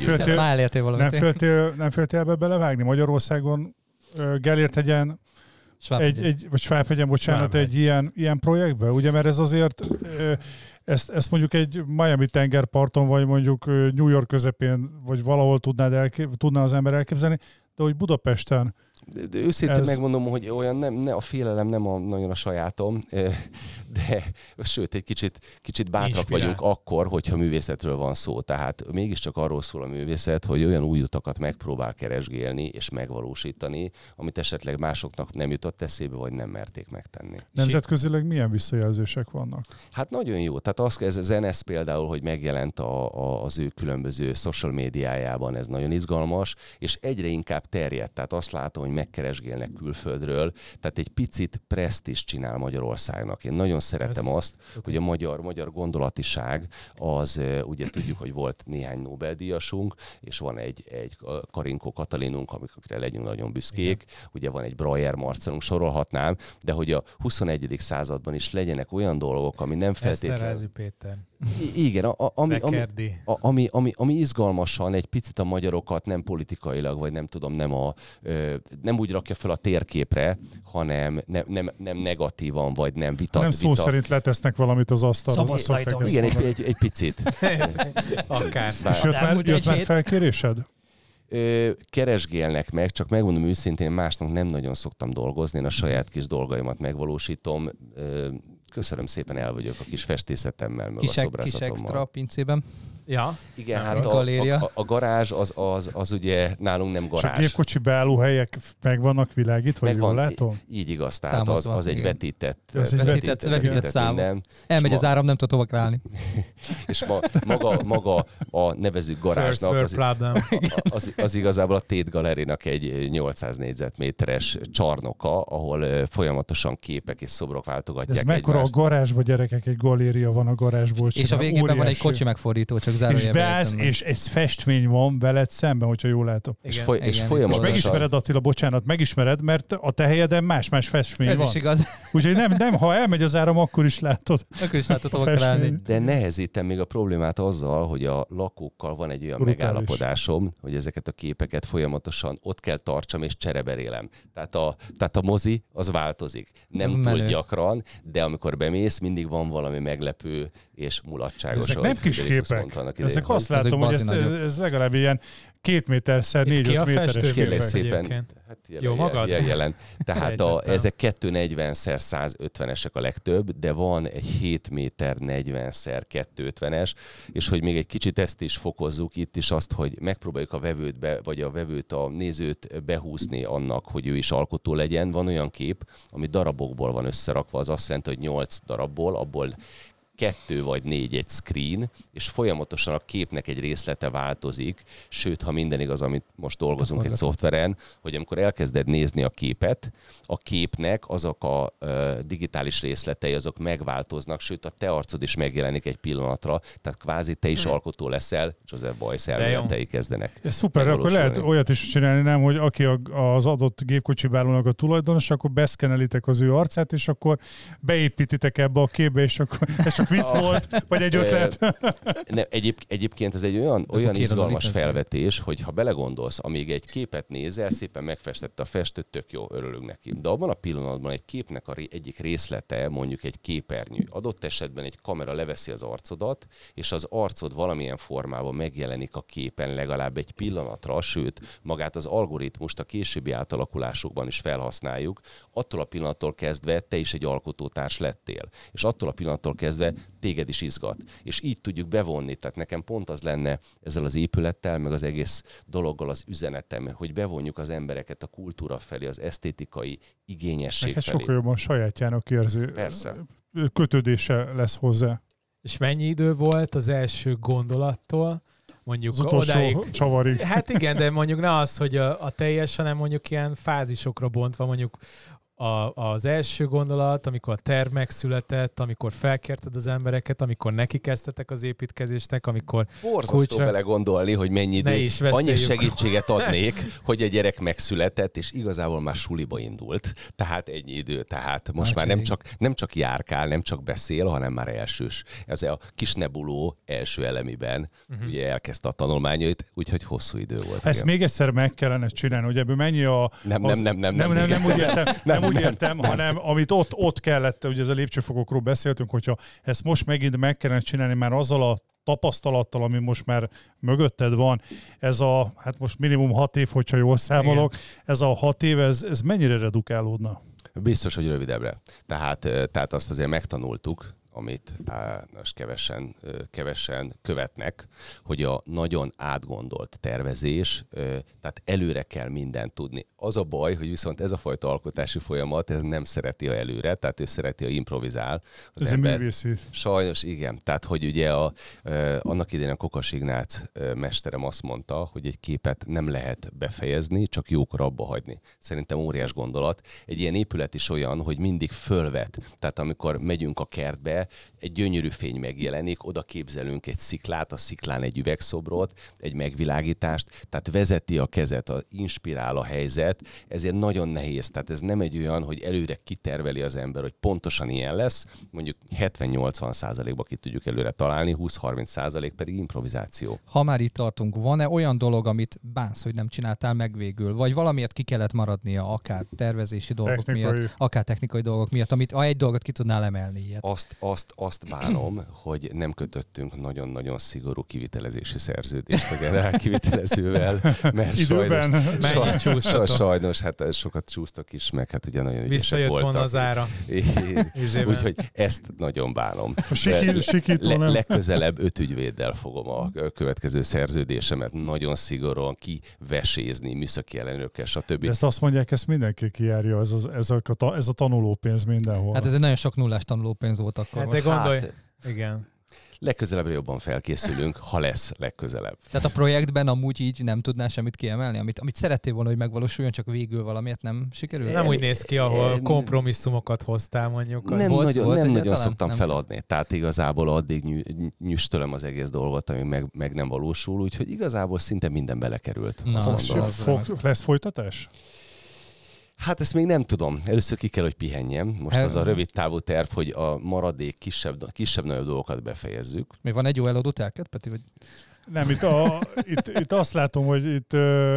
Nem féltél ebbe belevágni? Magyarországon Gellérthegyen egy ilyen projektbe, ugye, mert ez azért ezt mondjuk egy Miami tengerparton, vagy mondjuk New York közepén, vagy valahol tudná az ember elképzelni, de hogy Budapesten. De őszintén megmondom, hogy olyan a félelem nem nagyon a sajátom, de sőt, egy kicsit bátrak vagyunk akkor, hogyha művészetről van szó. Tehát mégiscsak arról szól a művészet, hogy olyan új utakat megpróbál keresgélni és megvalósítani, amit esetleg másoknak nem jutott eszébe, vagy nem merték megtenni. Nemzetközileg milyen visszajelzések vannak? Hát nagyon jó. Tehát ez a Zenesz például, hogy megjelent az ő különböző social médiájában, ez nagyon izgalmas, és egyre inkább terjed. Tehát azt látom, hogy megkeresgélnek külföldről, tehát egy picit presztízs csinál Magyarországnak. Én nagyon szeretem azt, hogy a magyar gondolatiság az, ugye tudjuk, hogy volt néhány Nobel-díjasunk, és van egy Karinkó Katalinunk, amikre legyünk nagyon büszkék, ugye van egy Breyer Marcelunk, sorolhatnám, de hogy a 21. században is legyenek olyan dolgok, ami nem feltétlenül... Eszterházy Péter. Igen, ami izgalmasan egy picit a magyarokat nem politikailag, vagy nem tudom, nem úgy rakja fel a térképre, hanem nem negatívan, vagy nem vita. Nem szó szerint letesznek valamit az asztalra. Igen, egy picit. Akár. És jött már felkérésed? Keresgélnek meg, csak megmondom őszintén, másnak nem nagyon szoktam dolgozni, én a saját kis dolgaimat megvalósítom. Köszönöm szépen, el vagyok a kis festészetemmel, meg a szobrászatommal. Kis extra pincében. Ja. Igen, hát a garázs az ugye nálunk nem garázs. Csak gépkocsi beállóhelyek meg vannak világítva, vagy jól látom? Így igaz, tehát az egy vetített szám. Elmegy az áram, nem tud hova állni. És maga a nevezük garázsnak, az igazából a Tate Gallerynak egy 800 négyzetméteres csarnoka, ahol folyamatosan képek és szobrok váltogatják egymást. Ez mekkora a garázsba, gyerekek, egy galéria van a garázsból. És a végében van egy kocsi megfordító, csak és beállsz, és egy festmény van veled szemben, hogyha jól látom. És folyamatosan... megismered, Attila, bocsánat, megismered, mert a te helyeden más-más festmény van. Ez is igaz. Úgyhogy nem, ha elmegy az áram, akkor is látod. Akkor is látod, hova kell állni. De nehezítem még a problémát azzal, hogy a lakókkal van egy olyan megállapodásom, hogy ezeket a képeket folyamatosan ott kell tartsam és csereberélem. Tehát a mozi az változik. Nem túl gyakran, de amikor bemész, mindig van valami meglepő és mulatságos. Ezek nem kis képek. Ezek azt látom, hogy ez legalább ilyen 2 méterszer 4-5 méteres képek. Szépen. Hát jó magad? Jelent. Tehát ezek 240x150-esek a legtöbb, de van egy 7 méter 40x250-es, és hogy még egy kicsit ezt is fokozzuk, itt is azt, hogy megpróbáljuk a vevőt, a nézőt behúzni annak, hogy ő is alkotó legyen. Van olyan kép, ami darabokból van összerakva, az azt jelenti, hogy 8 darabból, abból 2 vagy 4 egy screen, és folyamatosan a képnek egy részlete változik, sőt, ha minden igaz, amit most dolgozunk egy szoftveren, hogy amikor elkezded nézni a képet, a képnek azok a digitális részletei, azok megváltoznak, sőt, a te arcod is megjelenik egy pillanatra, tehát kvázi te is alkotó leszel, Joseph Beuys elméletei kezdenek. Szuper, akkor lehet olyat is csinálni, nem, hogy aki az adott gépkocsibálónak a tulajdonos, akkor beszkenelitek az ő arcát, és akkor beépítitek ebbe a képbe, és akkor ez csak vicc volt, vagy egy ötlet? Egyébként ez egy olyan izgalmas felvetés, hogy ha belegondolsz, amíg egy képet nézel, szépen megfestette a festő, tök jó, örülünk neki. De abban a pillanatban egy képnek egyik részlete, mondjuk egy képernyő, adott esetben egy kamera leveszi az arcodat, és az arcod valamilyen formában megjelenik a képen legalább egy pillanatra, sőt, magát az algoritmust a későbbi átalakulásokban is felhasználjuk, attól a pillanattól kezdve te is egy alkotótárs lettél. És attól a pillanattól kezdve téged is izgat. És így tudjuk bevonni. Tehát nekem pont az lenne ezzel az épülettel, meg az egész dologgal az üzenetem, hogy bevonjuk az embereket a kultúra felé, az esztétikai igényesség neked felé. Sokkal jobban sajátjának érzi. Persze. Kötődése lesz hozzá. És mennyi idő volt az első gondolattól? Mondjuk az utolsó odáig... csavarig. Hát igen, de mondjuk ne az, hogy a teljes, hanem mondjuk ilyen fázisokra bontva, mondjuk az első gondolat, amikor a terv megszületett, amikor felkérted az embereket, amikor neki kezdtetek az építkezésnek, amikor borzasztó bele gondolni, hogy mennyi idő. Annyi segítséget adnék, hogy a gyerek megszületett, és igazából már suliba indult. Tehát ennyi idő. Tehát most már nem csak járkál, nem csak beszél, hanem már elsős. Ez a kis nebuló első elemiben ugye elkezdte a tanulmányait, úgyhogy hosszú idő volt. Ezt még egyszer meg kellene csinálni, hogy ebből mennyi a... Nem úgy értem, úgy értem, hanem amit ott kellett, ugye ez a lépcsőfokokról beszéltünk, hogyha ezt most megint meg kellene csinálni már azzal a tapasztalattal, ami most már mögötted van, ez hát most minimum 6 év, hogyha jól számolok, igen. Ez a 6 év, ez mennyire redukálódna? Biztos, hogy rövidebbre. Tehát azt azért megtanultuk, amit most kevesen követnek, hogy a nagyon átgondolt tervezés, tehát előre kell mindent tudni. Az a baj, hogy viszont ez a fajta alkotási folyamat, ez nem szereti a előre, tehát ő szereti, a improvizál. Ez egy művészi. Sajnos igen. Tehát, hogy ugye annak idején a Kokas Ignác mesterem azt mondta, hogy egy képet nem lehet befejezni, csak jókor abba hagyni. Szerintem óriás gondolat. Egy ilyen épület is olyan, hogy mindig fölvet. Tehát amikor megyünk a kertbe, egy gyönyörű fény megjelenik, oda képzelünk egy sziklát, a sziklán egy üvegszobrot, egy megvilágítást, tehát vezeti a kezet, inspirál a helyzet, ezért nagyon nehéz. Tehát ez nem egy olyan, hogy előre kiterveli az ember, hogy pontosan ilyen lesz, mondjuk 70-80%-ba ki tudjuk előre találni, 20-30% pedig improvizáció. Ha már itt tartunk, van-e olyan dolog, amit bánsz, hogy nem csináltál meg végül, vagy valamiért ki kellett maradnia, akár tervezési dolgok miatt, akár technikai dolgok miatt, amit egy dolgot ki tudnál emelni ilyet? Azt bánom, hogy nem kötöttünk nagyon-nagyon szigorú kivitelezési szerződést a generál kivitelezővel, mert sajnos hát sokat csúsztak is, meg hát ugye nagyon ügyesek voltak. Visszajött volna az ára. Úgyhogy ezt nagyon bánom. Legközelebb 5 ügyvéddel fogom a következő szerződésemet nagyon szigorúan kivesézni, műszaki ellenőrökkel, stb. De ezt azt mondják, ezt mindenki kijárja, ez a tanulópénz mindenhol. Hát ez egy nagyon sok nullás tanulópénz volt akkor. Hát de gondolj, igen. Legközelebbre jobban felkészülünk, ha lesz legközelebb. Tehát a projektben amúgy így nem tudnál semmit kiemelni, amit szerettél volna, hogy megvalósuljon, csak végül valamiért nem sikerült? Nem úgy néz ki, ahol kompromisszumokat hoztál mondjuk. Nem nagyon szoktam feladni. Tehát igazából addig nyüstölöm az egész dolgot, ami meg nem valósul, úgyhogy igazából szinte minden belekerült. Lesz folytatás? Hát ezt még nem tudom. Először ki kell, hogy pihenjem. Most az a rövid távú terv, hogy a maradék kisebb-nagyobb dolgokat befejezzük. Még van egy jó eladó telked, Peti? Vagy... Nem, itt azt látom, hogy itt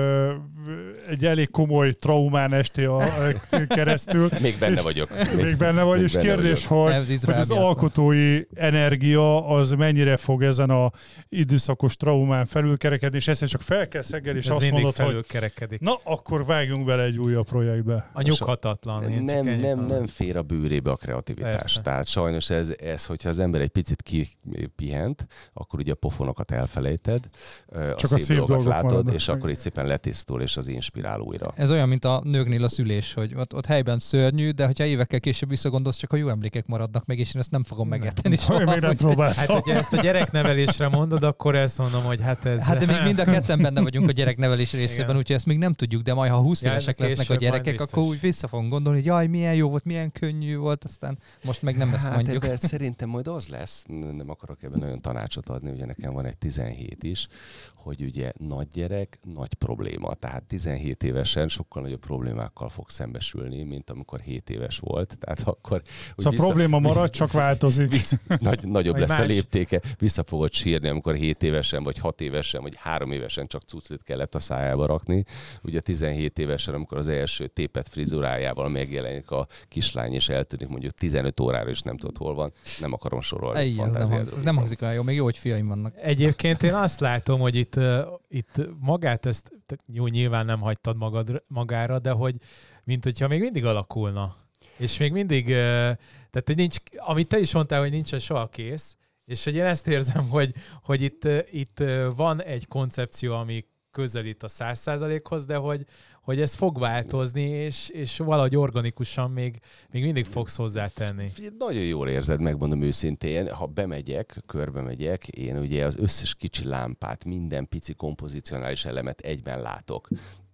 egy elég komoly traumán estél keresztül. Még benne vagyok. Még benne vagy, és kérdés, hogy az alkotói energia az mennyire fog ezen a időszakos traumán felülkerekedni, és ezt csak fel kell szeggel, és azt mondod, hogy na, akkor vágjunk bele egy újabb projektbe. A nyughatatlan. Nem fér a bőrébe a kreativitás. Persze. Tehát sajnos ez, hogyha az ember egy picit kipihent, akkor ugye a pofonokat elfelejt, csak a szép dolgokat látod, maradnak. És akkor itt szépen letisztul, és az inspirál újra. Ez olyan, mint a nőknél a szülés, hogy ott helyben szörnyű, de hogyha évekkel később visszagondolsz, csak a jó emlékek maradnak meg, és én ezt nem fogom megérteni. Hát, hogyha ezt a gyereknevelésre mondod, akkor ezt mondom, hogy hát ez... Hát de még mind a ketten benne vagyunk a gyereknevelés részében, úgyhogy ezt még nem tudjuk, de majd ha 20 évesek lesznek a gyerekek, akkor úgy vissza fogunk gondolni, hogy jaj, milyen jó volt, milyen könnyű volt, aztán most meg nem ezt mondjuk. Hát szerintem majd az lesz, nem akarok ebben nagyon tanácsot adni, ugye nekem van egy 17 is, hogy ugye nagy gyerek, nagy probléma. Tehát 17 évesen sokkal nagyobb problémákkal fog szembesülni, mint amikor 7 éves volt. Tehát akkor... Szóval a probléma marad, csak változik. Nagyobb lesz a léptéke. Vissza fogod sírni, amikor 7 évesen, vagy 6 évesen, vagy 3 évesen csak cuclit kellett a szájába rakni. Ugye 17 évesen, amikor az első tépet frizurájával megjelenik a kislány, és eltűnik mondjuk 15 órára, és nem tudod, hol van. Nem akarom sorolni. Ez nem hangzik olyan jó, még jó, hogy fiaim vannak. Egyébként én azt látom, hogy itt magát ezt jó, nyilván nem hagytad magára, de hogy mint hogyha még mindig alakulna. És még mindig, tehát hogy nincs, amit te is mondtál, hogy nincsen soha kész, és hogy én ezt érzem, hogy itt van egy koncepció, ami közelít a 100%-hoz, de hogy ez fog változni, és valahogy organikusan még mindig fogsz hozzátenni. Nagyon jól érzed, megmondom őszintén, ha körbe megyek, én ugye az összes kicsi lámpát, minden pici kompozicionális elemet egyben látok,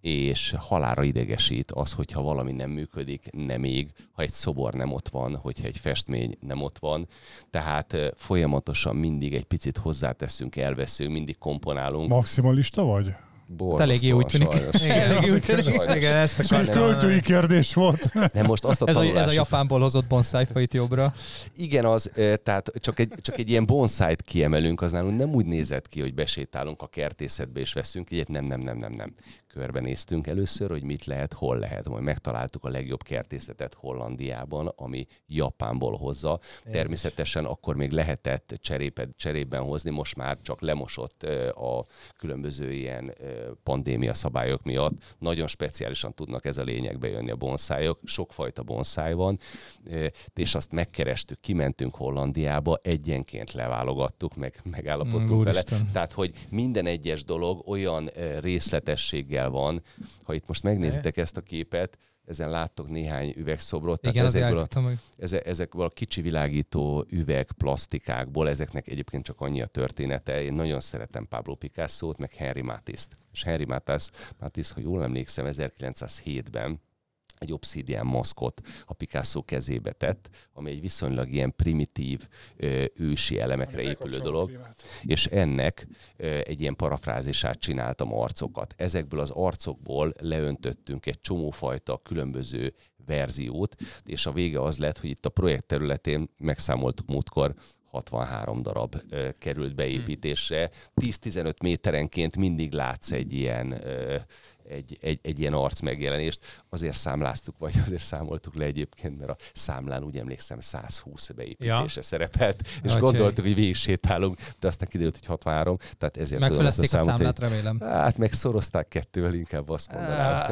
és halálra idegesít az, hogyha valami nem működik, nem ég, ha egy szobor nem ott van, hogyha egy festmény nem ott van. Tehát folyamatosan mindig egy picit hozzáteszünk, elveszünk, mindig komponálunk. Maximalista vagy? Eléggé úgy tűnik. Igen, ezt a költői kérdés volt. Nem, most azt a ez a Japánból hozott bonszájfajt jobbra. Igen, tehát csak egy ilyen bonszájt kiemelünk, az nálunk nem úgy nézett ki, hogy besétálunk a kertészetbe és veszünk egyet, nem. Körbenéztünk először, hogy mit lehet, hol lehet. Majd megtaláltuk a legjobb kertészetet Hollandiában, ami Japánból hozza. Természetesen akkor még lehetett cserében hozni, most már csak lemosott a különböző ilyen pandémia szabályok miatt. Nagyon speciálisan tudnak ez a lényegbe jönni a bonszájok. Sokfajta bonszáj van, és azt megkerestük, kimentünk Hollandiába, egyenként leválogattuk, megállapodtunk vele. Tehát, hogy minden egyes dolog olyan részletességgel van, ha itt most megnézitek ezt a képet, ezen láttok néhány üvegszobrot. Igen, ezekből a kicsi világító üveg plastikákból, ezeknek egyébként csak annyi a története. Én nagyon szeretem Pablo Picasso-t, meg Henri Matisse-t. És Henri Matisse, ha jól emlékszem, 1907-ben egy obszidián maszkot a Picasso kezébe tett, ami egy viszonylag ilyen primitív, ősi elemekre épülő dolog, és ennek egy ilyen parafrázisát csináltam arcokat. Ezekből az arcokból leöntöttünk egy csomófajta különböző verziót, és a vége az lett, hogy itt a projekt területén megszámoltuk múltkor, 63 darab került beépítésre. 10-15 méterenként mindig látsz egy ilyen egy ilyen arc megjelenést. Azért számláztuk, vagy azért számoltuk le egyébként, mert a számlán úgy emlékszem 120 beépítése szerepelt, és gondoltuk, hogy végig sétálunk, de aztán kiderült, hogy 63, tehát ezért tudom ezt a számot. A számlát, remélem. Hát megszorozták kettővel, inkább azt mondanám.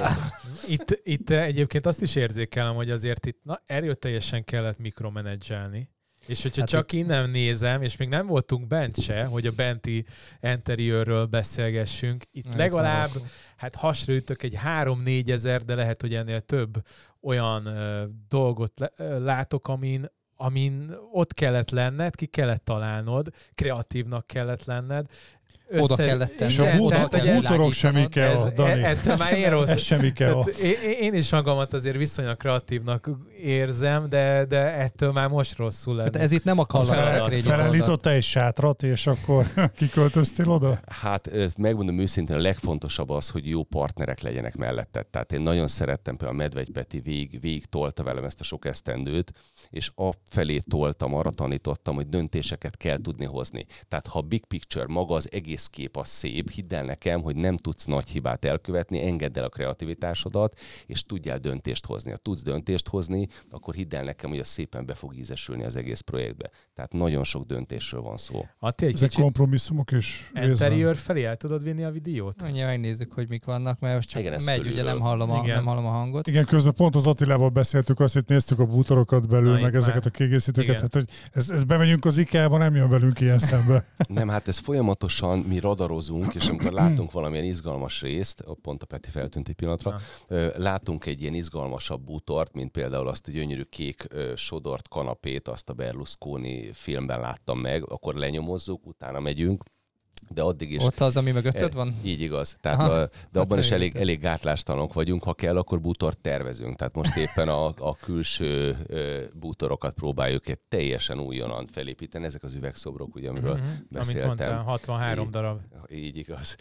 Itt egyébként azt is érzékelem, hogy azért itt erőteljesen kellett mikromenedzselni. És hogyha csak innen nézem, és még nem voltunk bent se, hogy a benti interiőrről beszélgessünk, itt legalább, hasra ütök egy 3-4 ezer, de lehet, hogy ennél több olyan dolgot látok, amin ott kellett lenned, ki kellett találnod, kreatívnak kellett lenned, oda kellett tenni. És a bútorok semmi kell, Dani. Ettől már én rossz. Semmi kell. Én is magamat azért viszonylag kreatívnak érzem, de ettől már most rosszul lenne. Hát ez itt nem a kallagszekrényi felállította egy sátrat, és akkor kiköltöztél oda? Hát megmondom őszintén, a legfontosabb az, hogy jó partnerek legyenek melletted. Tehát én nagyon szerettem, például a Medvegy Peti végig tolta velem ezt a sok esztendőt, és afelé toltam, arra tanítottam, hogy döntéseket kell tudni hozni. Tehát ha big picture, maga az egész kép az szép, hidd el nekem, hogy nem tudsz nagy hibát elkövetni, engedd el a kreativitásodat, és tudjál döntést hozni. Ha tudsz döntést hozni, akkor hidd el nekem, hogy az szépen be fog ízesülni az egész projektbe. Tehát nagyon sok döntésről van szó. Attila, ezek kompromisszumok is interiőr felé el tudod vinni a videót? Mondja, megnézzük, hogy mik vannak, mert most csak igen, megy, ugye nem hallom a hangot. Igen, közben pont az Attilával beszéltük, azt itt néztük a bútorokat belül, meg ezeket a kiegészítőket. Hát, hogy ez bemegyünk az IKEA-ba, nem jön velünk ilyen szembe. Nem, hát ez folyamatosan mi radarozunk, és amikor látunk valamilyen izgalmas részt, pont a Peti feltűnt egy pillanatra, látunk egy ilyen izgalmasabb bútort, mint például azt a gyönyörű kék sodort kanapét, azt a Berlusconi filmben láttam meg, akkor lenyomozzuk, utána megyünk, de addig is... Ott az, ami mögötted van? Így igaz. Tehát de abban is elég gátlástalanok vagyunk. Ha kell, akkor bútort tervezünk. Tehát most éppen a külső bútorokat próbáljuk egy teljesen újonnan felépíteni. Ezek az üvegszobrok, ugye, amiről beszéltem. Amit mondtál, 63 darab. Így igaz.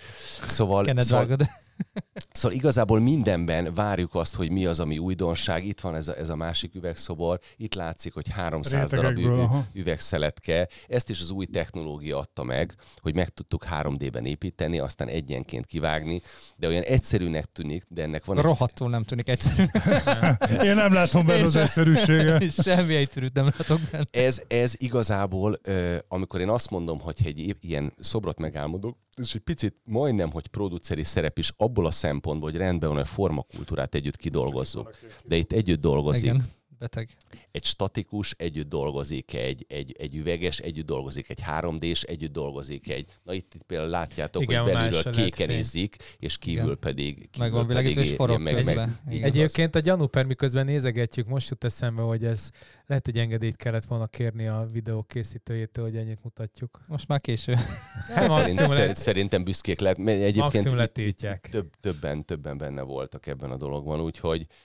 Szóval igazából mindenben várjuk azt, hogy mi az, ami újdonság. Itt van ez a másik üvegszobor. Itt látszik, hogy 300 darab üvegszeletke. Ezt is az új technológia adta meg, hogy meg tudtuk 3D-ben építeni, aztán egyenként kivágni, de olyan egyszerűnek tűnik, de ennek van rohadtul nem tűnik egyszerűnek. Én nem látom benne az egyszerűséget. Semmi egyszerűt nem látok benne. Ez igazából, amikor én azt mondom, hogy egy ilyen szobrot megálmodok, ez egy picit majdnem, hogy produceri szerep is abból a szempontból, hogy rendben van, hogy a formakultúrát együtt kidolgozzuk. De itt együtt dolgozik. Igen. Beteg. Egy statikus együtt dolgozik, egy üveges együtt dolgozik, egy 3D-s együtt dolgozik, na itt például látjátok, igen, hogy belülről kéken ízik, és kívül pedig megvan világítva, és forog közben. Egyébként a gyanúper, miközben nézegetjük, most jut eszembe, hogy ez lehet, hogy engedélyt kellett volna kérni a videó készítőjétől, hogy ennyit mutatjuk. Most már késő. Szerintem büszkék lehet. Egyébként maximum letiltják. Többen benne voltak ebben a dologban, úgyhogy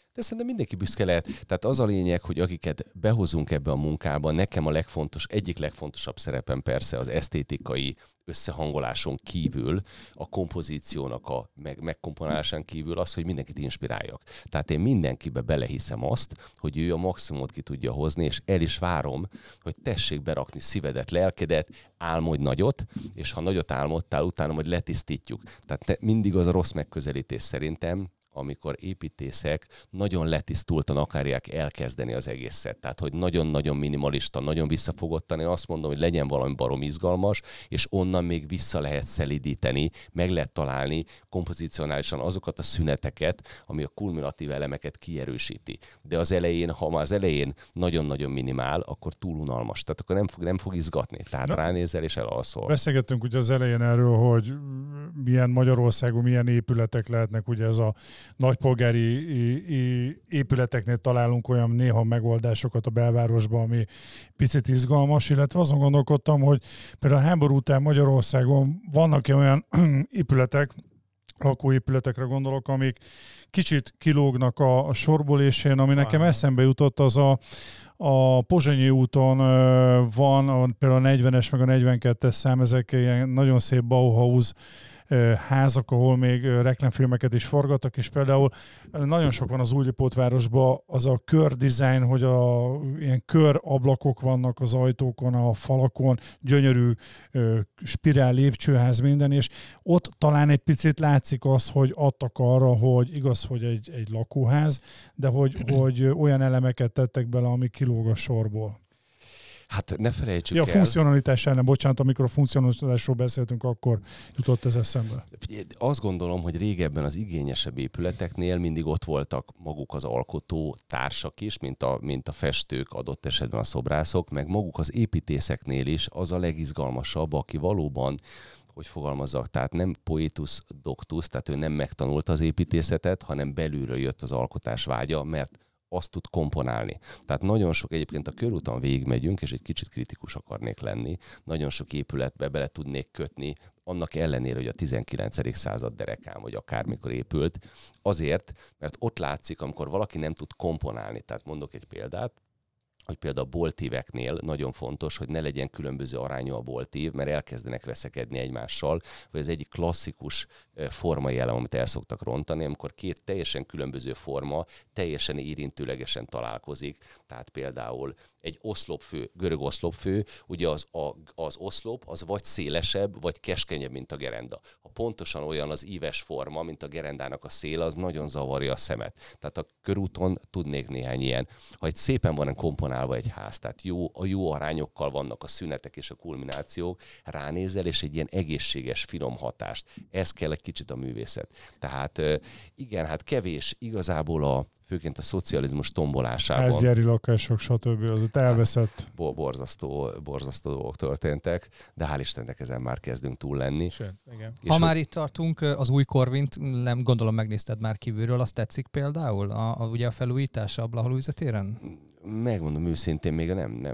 De szerintem mindenki büszke lehet. Tehát az a lényeg, hogy akiket behozunk ebbe a munkába, nekem egyik legfontosabb szerepem persze az esztétikai összehangoláson kívül, a kompozíciónak a megkomponálásán kívül az, hogy mindenkit inspiráljak. Tehát én mindenkibe belehiszem azt, hogy ő a maximumot ki tudja hozni, és el is várom, hogy tessék berakni szívedet, lelkedet, álmodj nagyot, és ha nagyot álmodtál, utána majd letisztítjuk. Tehát mindig az a rossz megközelítés szerintem, amikor építészek nagyon letisztultan akarják elkezdeni az egészet. Tehát, hogy nagyon-nagyon minimalista, nagyon visszafogottan. Én azt mondom, hogy legyen valami barom izgalmas, és onnan még vissza lehet szelídíteni, meg lehet találni kompozicionálisan azokat a szüneteket, ami a kulminatív elemeket kierősíti. De az elején, ha már az elején nagyon-nagyon minimál, akkor túl unalmas. Tehát akkor nem fog izgatni. Tehát ránézel és elalszol. Beszélgettünk ugye az elején erről, hogy milyen Magyarországon milyen épületek lehetnek, ugye ez a nagypolgári épületeknél találunk olyan néha megoldásokat a belvárosban, ami picit izgalmas, illetve azon gondolkodtam, hogy például a háború után Magyarországon vannak olyan épületek, lakóépületekre gondolok, amik kicsit kilógnak a sorból, és ami nekem eszembe jutott, az a Pozsonyi úton van például a 40-es meg a 42-es szám, ezek ilyen nagyon szép Bauhaus házak, ahol még reklámfilmeket is forgattak, és például nagyon sok van az Újlipótvárosban az a kördizájn, hogy ilyen körablakok vannak az ajtókon, a falakon, gyönyörű spirál lépcsőház minden, és ott talán egy picit látszik az, hogy adtak arra, hogy igaz, hogy egy lakóház, de hogy olyan elemeket tettek bele, ami kilóg a sorból. Hát ne felejtsük el. A funkcionalitás ellen, bocsánat, amikor a funkcionalitásról beszéltünk, akkor jutott ez eszembe. Azt gondolom, hogy régebben az igényesebb épületeknél mindig ott voltak maguk az alkotó társak is, mint a festők, adott esetben a szobrászok, meg maguk az építészeknél is az a legizgalmasabb, aki valóban, hogy fogalmazzak, tehát nem poetus doctus, tehát ő nem megtanulta az építészetet, hanem belülről jött az alkotás vágya, mert azt tud komponálni. Tehát nagyon sok, egyébként a körúton végigmegyünk, és egy kicsit kritikus akarnék lenni, nagyon sok épületbe bele tudnék kötni, annak ellenére, hogy a 19. század derekán, vagy akármikor épült, azért, mert ott látszik, amikor valaki nem tud komponálni. Tehát mondok egy példát, hogy például a boltíveknél nagyon fontos, hogy ne legyen különböző arányú a boltív, mert elkezdenek veszekedni egymással, vagy az egyik klasszikus formai elem, amit el szoktak rontani, amikor két teljesen különböző forma teljesen érintőlegesen találkozik. Tehát például egy oszlopfő, görög oszlopfő, ugye az oszlop az vagy szélesebb, vagy keskenyebb, mint a gerenda. Ha pontosan olyan az íves forma, mint a gerendának a széle, az nagyon zavarja a szemet. Tehát a körúton tudnék néhány ilyen. Ha egy szépen van komponálva egy ház, tehát jó arányokkal vannak a szünetek és a kulminációk, ránézel, és egy ilyen egészséges, finom hatást. Ez kell egy kicsit a művészet. Tehát igen, hát kevés igazából főként a szocializmus tombolásában. Házgyári lakások, stb. Az elveszett. Borzasztó dolgok történtek, de hál' Istennek ezen már kezdünk túl lenni. Sőt, igen. Ha már itt tartunk, az új Corvint, nem gondolom megnézted már kívülről, azt tetszik például? Ugye a felújítása a Blahalújza téren? Megmondom őszintén, még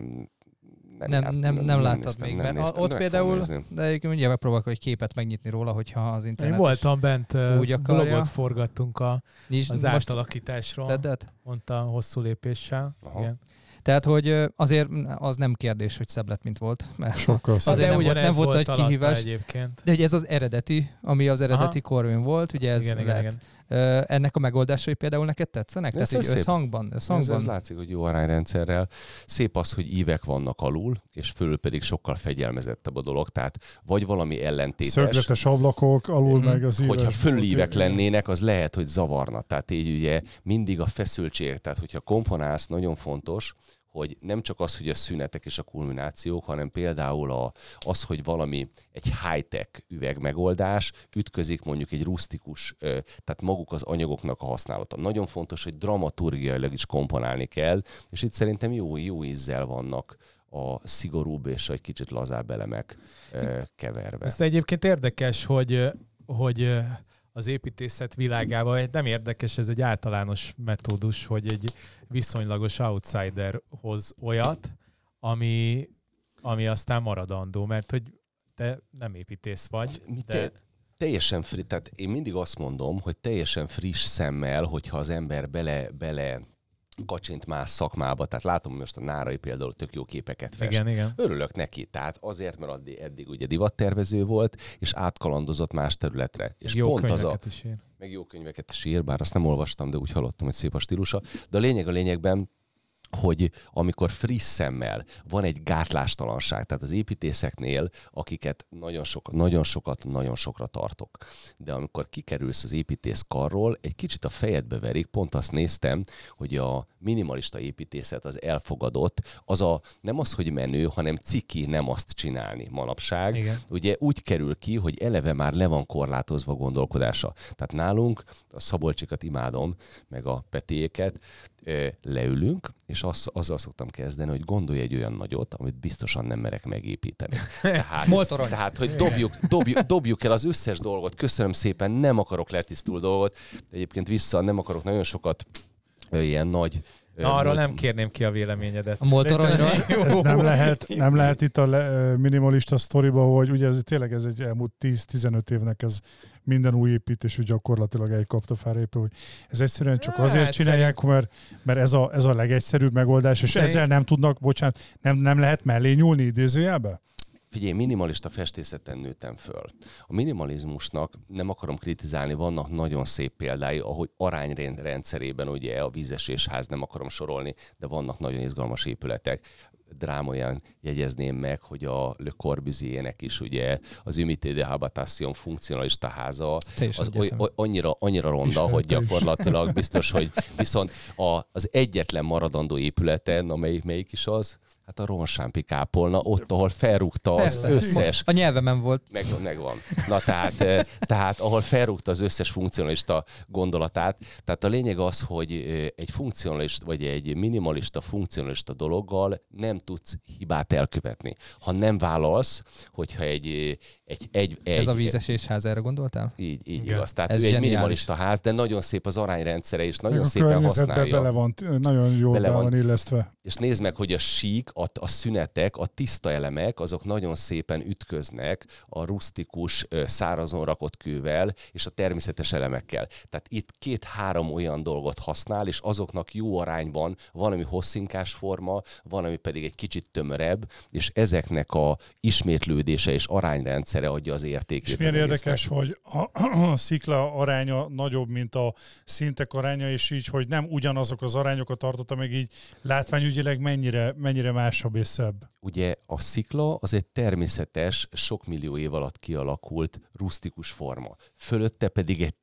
nem láttad még. Ott például, de egyébként mindjárt megpróbálok egy képet megnyitni róla, hogyha az internet. Én voltam bent, vlogot forgattunk az átalakításról. Tedded? Mondta hosszú lépéssel. Igen. Tehát, hogy azért az nem kérdés, hogy szebb lett, mint volt. Mert sokkal azért nem volt nagy kihívás. Egyébként. De ugye ez az eredeti, ami az eredeti Corvin volt, ugye ez lett. Ennek a megoldásai például neked tetszenek? Tehát így összhangban? Ez látszik, hogy jó arányrendszerrel. Szép az, hogy ívek vannak alul, és fölül pedig sokkal fegyelmezettebb a dolog. Tehát vagy valami ellentétes. Szögletes ablakok, alul meg az íves. Hogyha fölívek lennének, az lehet, hogy zavarna. Tehát így ugye mindig a feszültség. Tehát hogyha komponálsz, nagyon fontos, hogy nem csak az, hogy a szünetek és a kulminációk, hanem például az, hogy valami egy high-tech üvegmegoldás ütközik mondjuk egy rusztikus, tehát maguk az anyagoknak a használata. Nagyon fontos, hogy dramaturgiailag is komponálni kell, és itt szerintem jó ízzel vannak a szigorúbb és egy kicsit lazább elemek keverve. Ez egyébként érdekes, hogy az építészet világában nem érdekes, ez egy általános metódus, hogy egy viszonylagos outsider hoz olyat, ami aztán maradandó, mert hogy te nem építész vagy. Teljesen tehát én mindig azt mondom, hogy teljesen friss szemmel, hogyha az ember bele kacsint más szakmába, tehát látom, hogy most a Nárai például tök jó képeket fest. Igen. Örülök neki, tehát azért, mert eddig ugye divattervező volt, és átkalandozott más területre. És jó pont könyveket is ír. Meg jó könyveket is ír, bár azt nem olvastam, de úgy hallottam, hogy szép a stílusa. De a lényegben, hogy amikor friss szemmel van egy gátlástalanság, tehát az építészeknél, akiket nagyon sokra tartok, de amikor kikerülsz az építészkarról, egy kicsit a fejedbe verik, pont azt néztem, hogy a minimalista építészet az elfogadott, nem az, hogy menő, hanem ciki nem azt csinálni manapság. Igen. Ugye úgy kerül ki, hogy eleve már le van korlátozva a gondolkodása. Tehát nálunk, a Szabolcsikat imádom, meg a Petiéket, leülünk, és azzal szoktam kezdeni, hogy gondolj egy olyan nagyot, amit biztosan nem merek megépíteni. Tehát hogy dobjuk el az összes dolgot. Köszönöm szépen, nem akarok letisztul dolgot. Egyébként nem akarok nagyon sokat ilyen nagy... Arra nem kérném ki a véleményedet. A motoronyra? Ez nem lehet itt a minimalista sztoriba, hogy ugye tényleg ez egy elmúlt 10-15 évnek ez minden új építésű gyakorlatilag egy kaptafára épül, hogy ez egyszerűen csak azért csinálják, mert ez a legegyszerűbb megoldás, és ezzel nem tudnak, nem lehet mellé nyúlni idézőjelbe? Figyelj, minimalista festészeten nőttem föl. A minimalizmusnak nem akarom kritizálni, vannak nagyon szép példái, ahogy arányrendszerében ugye a vízesésház nem akarom sorolni, de vannak nagyon izgalmas épületek. Drámaian jegyezném meg, hogy a Le Corbusier-nek is ugye az Unité de Habitation funkcionalista háza az annyira ronda, hogy gyakorlatilag biztos, hogy viszont az egyetlen maradandó épületen, melyik is az? Hát a Ronsámpi kápolna, ott, ahol felrúgta az összes... A nyelvemen volt. Megvan. Na tehát ahol felrúgta az összes funkcionalista gondolatát. Tehát a lényeg az, hogy egy funkcionalista, vagy egy minimalista funkcionalista dologgal nem tudsz hibát elkövetni. Ha nem vállalsz, hogyha ez a vízesésház, erre gondoltál? Így igaz. Tehát ez ő egy minimalista ház, de nagyon szép az arányrendszere, és nagyon szépen használja. Nagyon jól be van illesztve. És nézd meg, hogy a sík, a szünetek, a tiszta elemek, azok nagyon szépen ütköznek a rusztikus, szárazon rakott kővel és a természetes elemekkel. Tehát itt 2-3 olyan dolgot használ, és azoknak jó arányban van, ami hosszinkás forma, van, ami pedig egy kicsit tömörebb, és ezeknek a ismétlődése és arányrendszere adja az értékét. És milyen érdekes, hogy a szikla aránya nagyobb, mint a szintek aránya, és így, hogy nem ugyanazok az arányokat tartotta meg így látványügyileg mennyire másabb és szebb. Ugye a szikla az egy természetes, sok millió év alatt kialakult rusztikus forma. Fölötte pedig egy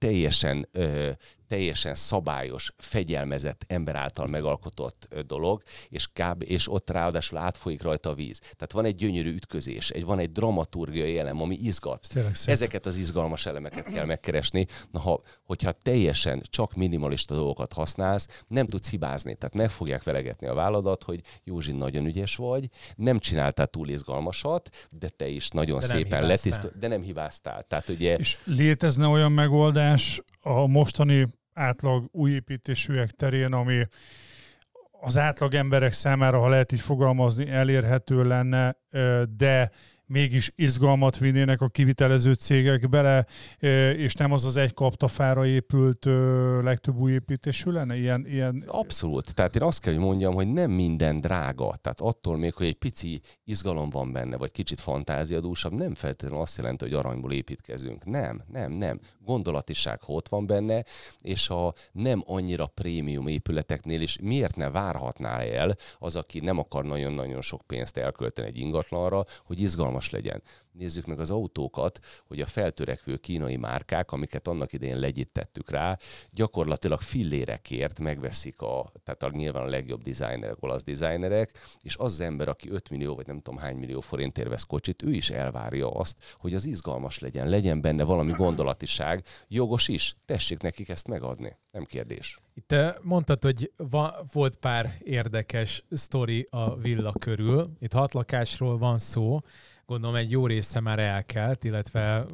teljesen szabályos, fegyelmezett ember által megalkotott dolog, és ott ráadásul átfolyik rajta a víz. Tehát van egy gyönyörű ütközés, van egy dramaturgiai elem, ami izgat. Ezeket az izgalmas elemeket kell megkeresni. Hogyha teljesen csak minimalista dolgokat használsz, nem tudsz hibázni. Tehát meg fogják velegetni a válladat, hogy Józsi, nagyon ügyes vagy, nem csináltál túl izgalmasat, de te is nagyon szépen letisztult, de nem hibáztál. Tehát ugye... És létezne olyan megoldás a mostani átlag új építésűek terén, ami az átlag emberek számára, ha lehet így fogalmazni, elérhető lenne, de mégis izgalmat vinnének a kivitelező cégek bele, és nem az egy kaptafára épült legtöbb új építésű lenne? Ilyen... Abszolút. Tehát én azt kell, hogy mondjam, hogy nem minden drága. Tehát attól még, hogy egy pici izgalom van benne, vagy kicsit fantáziadúsabb, nem feltétlenül azt jelenti, hogy aranyból építkezünk. Nem. Gondolatiság, ha ott van benne, és a nem annyira prémium épületeknél is miért ne várhatná el az, aki nem akar nagyon-nagyon sok pénzt elkölteni egy ingatlanra, hogy izgalmas legyen. Nézzük meg az autókat, hogy a feltörekvő kínai márkák, amiket annak idején legyittettük rá, gyakorlatilag fillérekért megveszik tehát nyilván a legjobb dizájnerek, olasz dizájnerek, és az ember, aki 5 millió, vagy nem tudom hány millió forintért vesz kocsit, ő is elvárja azt, hogy az izgalmas legyen benne valami gondolatiság. Jogos is, tessék nekik ezt megadni, nem kérdés. Itt mondtad, hogy volt pár érdekes sztori a villa körül. Itt 6 lakásról van szó. Gondolom egy jó része már elkelt, illetve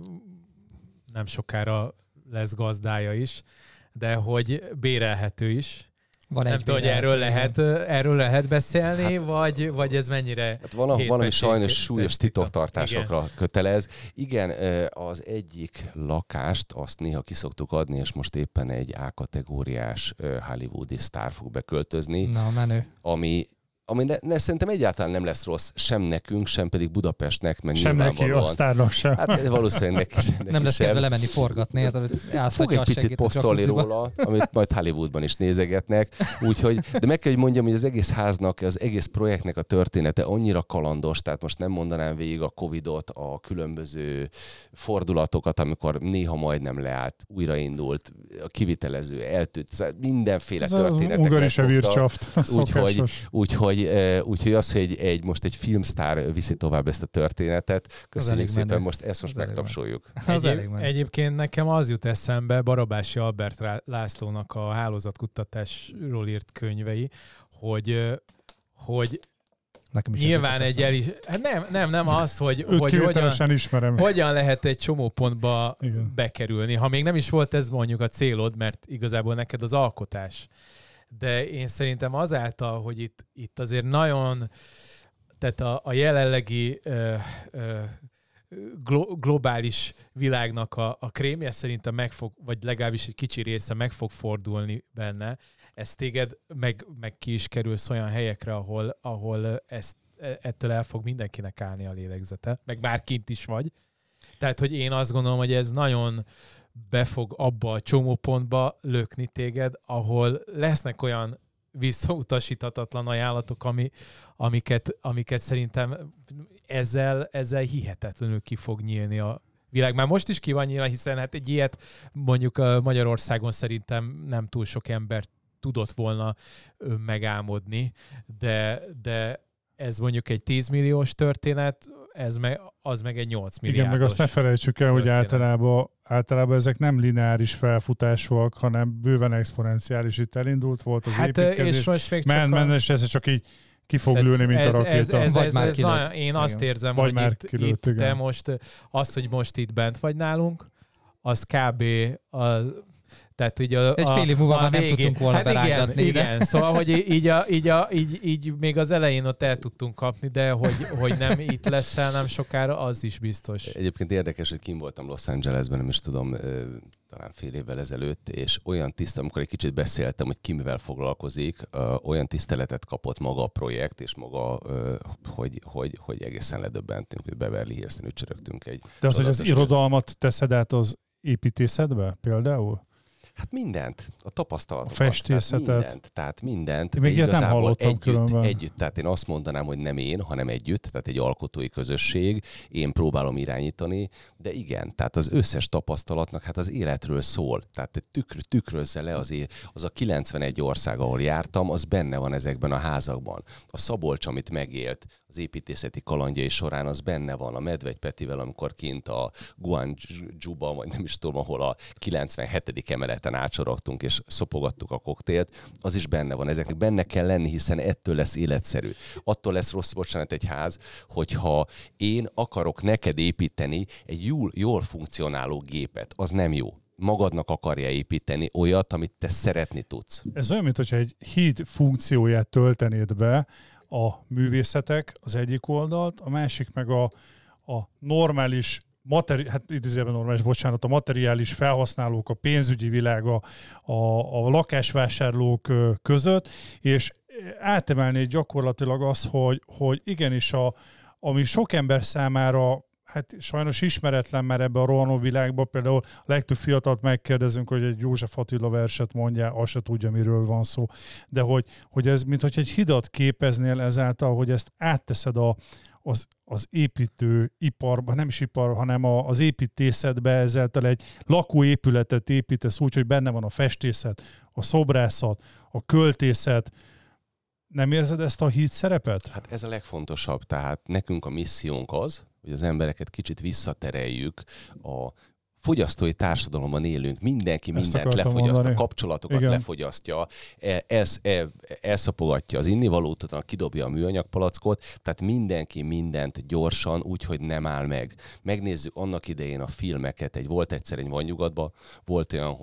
nem sokára lesz gazdája is, de hogy bérelhető is. Nem tudom, hogy erről lehet beszélni, vagy ez mennyire... Hát valami sajnos súlyos titoktartásokra kötelez. Igen, az egyik lakást azt néha ki szoktuk adni, és most éppen egy A-kategóriás hollywoodi sztár fog beköltözni. Na, menő. Ami szerintem egyáltalán nem lesz rossz, sem nekünk, sem pedig Budapestnek, mert sem neki, a sztárnak sem. Hát valószínűleg neki nem lesz kedve lemenni forgatni. Fog egy picit posztolni róla, amit majd Hollywoodban is nézegetnek. Úgyhogy, de meg kell, hogy mondjam, hogy az egész háznak, az egész projektnek a története annyira kalandos, tehát most nem mondanám végig a Covidot, a különböző fordulatokat, amikor néha majdnem leállt, újraindult, a kivitelező eltűnt, mindenféle történetek. Úgyhogy az, hogy most egy filmsztár viszi tovább ezt a történetet, köszönjük szépen, most megtapsoljuk. Egyébként nekem az jut eszembe, Barabási Albert Lászlónak a hálózatkutatásról írt könyvei, hogy nyilván egy nem az, hogy hogyan lehet egy csomó pontba bekerülni. Ha még nem is volt ez mondjuk a célod, mert igazából neked az alkotás. De én szerintem azáltal, hogy itt azért nagyon, tehát a jelenlegi globális világnak a krémje szerintem vagy legalábbis egy kicsi része meg fog fordulni benne. Ez téged meg ki is kerülsz olyan helyekre, ahol ettől el fog mindenkinek állni a lélegzete, meg bár kint is vagy. Tehát, hogy én azt gondolom, hogy ez nagyon be fog abba a csomópontba lökni téged, ahol lesznek olyan visszautasíthatatlan ajánlatok, amiket szerintem ezzel hihetetlenül ki fog nyílni a világ. Már most is ki van nyílva, hiszen hát egy ilyet mondjuk Magyarországon szerintem nem túl sok ember tudott volna megálmodni, de ez mondjuk egy 10 milliós történet, az meg egy 8 milliárdos. Igen, meg azt ne felejtsük el, hogy általában ezek nem lineáris felfutásúak, hanem bőven exponenciális. Itt elindult volt az építkezés. És most még csak és ez csak így ki fog lőni, mint a rakéta. Én azt érzem, hogy itt te most az, hogy most itt bent vagy nálunk, az kb. Tehát így egy fél év múlva már nem tudtunk volna berágatni. Igen, szóval, hogy így még az elején ott el tudtunk kapni, de hogy nem itt leszel nem sokára, az is biztos. Egyébként érdekes, hogy kim voltam Los Angelesben, nem is tudom, talán fél évvel ezelőtt, és olyan amikor egy kicsit beszéltem, hogy ki mivel foglalkozik, olyan tiszteletet kapott maga a projekt, és maga, hogy egészen ledöbbentünk, hogy Beverly Hills-en ücsörögtünk egy... De az, hogy az irodalmat teszed át az építészetbe például? Hát mindent, a tapasztalatokat. A festészetet. Tehát mindent. Még ilyet nem hallottam együtt, tehát én azt mondanám, hogy nem én, hanem együtt, tehát egy alkotói közösség, én próbálom irányítani, de igen, tehát az összes tapasztalatnak hát az életről szól. Tehát tükrözze le az a 91 ország, ahol jártam, az benne van ezekben a házakban. A Szabolcs, amit megélt az építészeti kalandjai során, az benne van. A Medvegy Petivel, amikor kint a Guangzhouban, vagy nem is tudom, ahol a 97. emeleten átsorogtunk és szopogattuk a koktélt, az is benne van. Ezeknek benne kell lenni, hiszen ettől lesz életszerű. Attól lesz rossz, bocsánat, egy ház, hogyha én akarok neked építeni egy jól funkcionáló gépet, az nem jó. Magadnak akarja építeni olyat, amit te szeretni tudsz. Ez olyan, mintha egy híd funkcióját töltenéd be a művészetek az egyik oldalt, a másik meg a normális a materiális felhasználók, a pénzügyi világ, a lakásvásárlók között, és átemelni gyakorlatilag az, hogy igenis ami sok ember számára hát sajnos ismeretlen már ebbe a rohanó világban, például a legtöbb fiatalt megkérdezünk, hogy egy József Attila verset mondja, azt se tudja, miről van szó. De hogy ez, mintha egy hidat képeznél ezáltal, hogy ezt átteszed az építőiparba, nem is ipar, hanem az építészetbe, ezáltal egy lakóépületet építesz úgy, hogy benne van a festészet, a szobrászat, a költészet. Nem érzed ezt a híd szerepet? Hát ez a legfontosabb. Tehát nekünk a missziónk az, hogy az embereket kicsit visszatereljük a fogyasztói társadalomban élünk, mindenki mindent lefogyaszt, a kapcsolatokat lefogyasztja, elszapogatja az innivalót, kidobja a műanyagpalackot, tehát mindenki mindent gyorsan, úgyhogy nem áll meg. Megnézzük annak idején a filmeket, volt egyszer egy Van nyugatban, volt olyan, hogy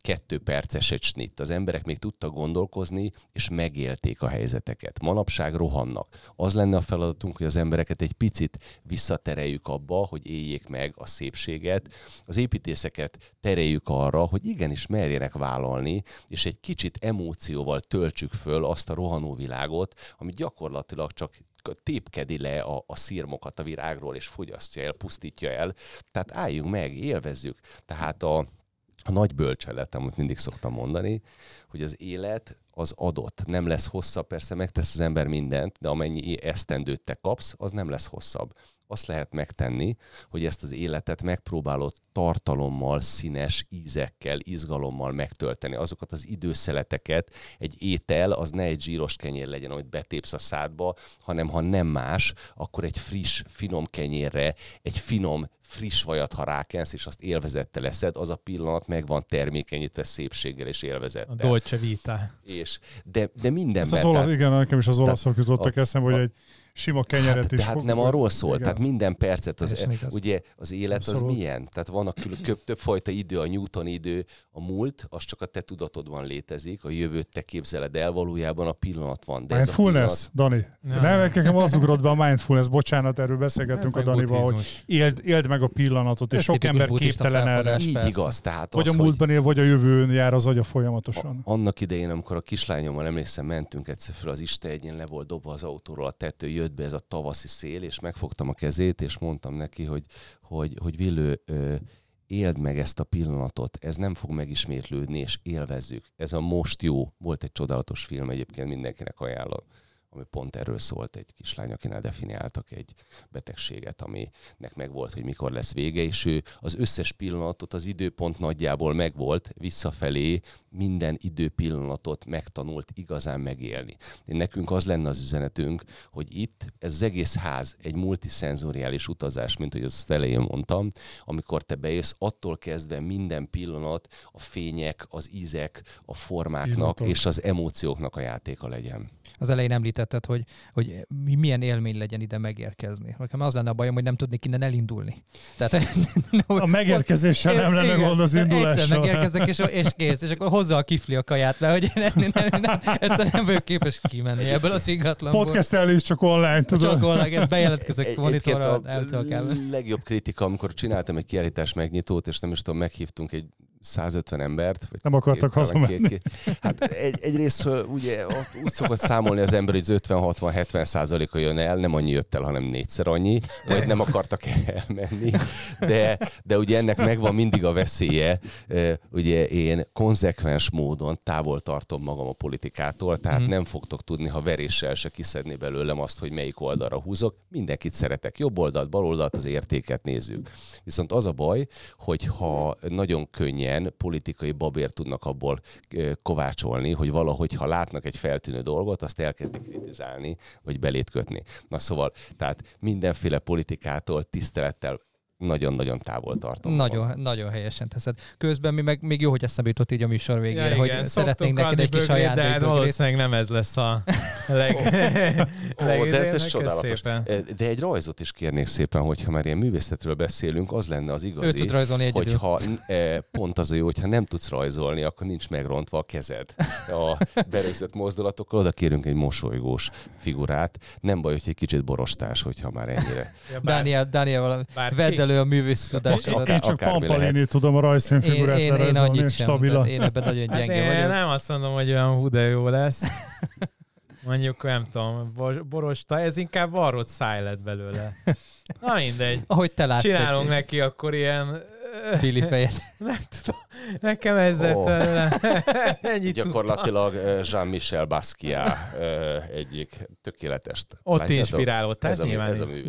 2 perces egy snitt. Az emberek még tudtak gondolkozni, és megélték a helyzeteket. Manapság rohannak. Az lenne a feladatunk, hogy az embereket egy picit visszatereljük abba, hogy éljék meg a szépséget. Az építészeket tereljük arra, hogy igenis merjenek vállalni, és egy kicsit emócióval töltsük föl azt a rohanó világot, ami gyakorlatilag csak tépkedi le a szirmokat a virágról, és fogyasztja el, pusztítja el. Tehát álljunk meg, élvezzük. Tehát a nagy bölcselet, amit mindig szoktam mondani, hogy az élet az adott, nem lesz hosszabb, persze megtesz az ember mindent, de amennyi esztendőt te kapsz, az nem lesz hosszabb. Azt lehet megtenni, hogy ezt az életet megpróbálod tartalommal, színes ízekkel, izgalommal megtölteni. Azokat az időszeleteket, egy étel, az ne egy zsíros kenyér legyen, amit betépsz a szádba, hanem ha nem más, akkor egy friss, finom kenyérre, egy finom, friss vajat, ha rákensz, és azt élvezettel leszed, az a pillanat meg van termékenyítve szépséggel és élvezettel. A dolce vita. De mindenben. Igen, nekem is az olaszok jutottak eszembe, hogy egy sima kenyeret is. De hát nem arról szól, igen. Tehát minden percet, ugye az élet abszolút. Az milyen? Tehát vannak többfajta idő, a Newton idő, a múlt, az csak a te tudatodban létezik, a jövőt te képzeled el, valójában a pillanat van. De mindfulness, Dani. Ja. Nekem az ugrott be a mindfulness, bocsánat, erről beszélgettünk a Danival, hogy éld meg a pillanatot, és sok ember képtelen erre. Így igaz. Tehát vagy a múltban él, vagy a jövőn jár az agya folyamatosan. Annak idején, amikor a kislányommal emlékszem, mentünk egyszer föl az Istenhegyén, le volt dobva az autóról a tető, jött be ez a tavaszi szél, és megfogtam a kezét, és mondtam neki, hogy Villő, éld meg ezt a pillanatot, ez nem fog megismétlődni, és élvezzük. Ez a Most jó. Volt egy csodálatos film, egyébként mindenkinek ajánlom, ami pont erről szólt, egy kislány, akinál definiáltak egy betegséget, aminek megvolt, hogy mikor lesz vége, és ő az összes pillanatot, az időpont nagyjából megvolt, visszafelé minden időpillanatot megtanult igazán megélni. Nekünk az lenne az üzenetünk, hogy itt ez az egész ház egy multiszenzoriális utazás, mint hogy azt elején mondtam, amikor te bejössz, attól kezdve minden pillanat a fények, az ízek, a formáknak és az emócióknak a játéka legyen. Az elején említetted, hogy milyen élmény legyen ide megérkezni. Nekem az lenne a bajom, hogy nem tudnék innen elindulni. Tehát, a megérkezéssel nem lenne gond az indulással. Egyszer megérkezek, és kész, és akkor hozzá a kifli a kaját le, hogy egyszer nem vagyok képes kimenni ebből az ingatlanból. Podcastelni is csak online, tudod? Csak online, bejelentkezek monitorral, eltölkelve. A legjobb kritika, amikor csináltam egy kiállítás megnyitót, és nem is tudom, meghívtunk egy 150 embert. Nem akartak hazamenni. Hát egyrészt ugye úgy szokott számolni az ember, hogy 50-60-70%-a jön el, nem annyi jött el, hanem 4-szer annyi, vagy nem akartak elmenni. De ugye ennek megvan mindig a veszélye. Ugye én konzekvens módon távol tartom magam a politikától, tehát nem fogtok tudni, ha veréssel se kiszedni belőlem azt, hogy melyik oldalra húzok. Mindenkit szeretek. Jobb oldalt, bal oldalt, az értéket nézzük. Viszont az a baj, hogyha nagyon könnyen politikai babért tudnak abból kovácsolni, hogy valahogy, ha látnak egy feltűnő dolgot, azt elkezdik kritizálni, vagy belét kötni. Na szóval, tehát mindenféle politikától tisztelettel nagyon-nagyon távol tartom. Nagyon helyesen teszed. Közben mi meg még jó, hogy eszembe jutott így a műsor végére, ja, hogy szeretnénk neked egy kis ajándékbögrét. De valószínűleg nem ez lesz a de ez csodálatos. De egy rajzot is kérnék szépen, hogyha már ilyen művészetről beszélünk, az lenne az igazi, ő tud rajzolni egyedül. Hogyha pont az a jó, hogyha nem tudsz rajzolni, akkor nincs megrontva a kezed. A berögzött mozdulatokkal oda kérünk egy mosolygós figurát. Nem baj, hogy egy kicsit borostás, hogyha már ennyire. Dániel vedd elő a művész tudásodat. Én csak Pampalini tudom a rajzfilmfigurát lerajzolni, stabilan. Én ebben nagyon gyenge vagyok. Nem azt mondom, hogy olyan hú de jó lesz. Mondjuk, nem tudom, borosta, ez inkább varrott száj lett belőle. Na mindegy. Ahogy te látsz. Csinálunk neki akkor ilyen... Billy fejet. Nem tudom. Nekem ez lett ennyit gyakorlatilag Jean-Michel Basquiat egyik tökéletes. Ott inspiráló. Ez a művész.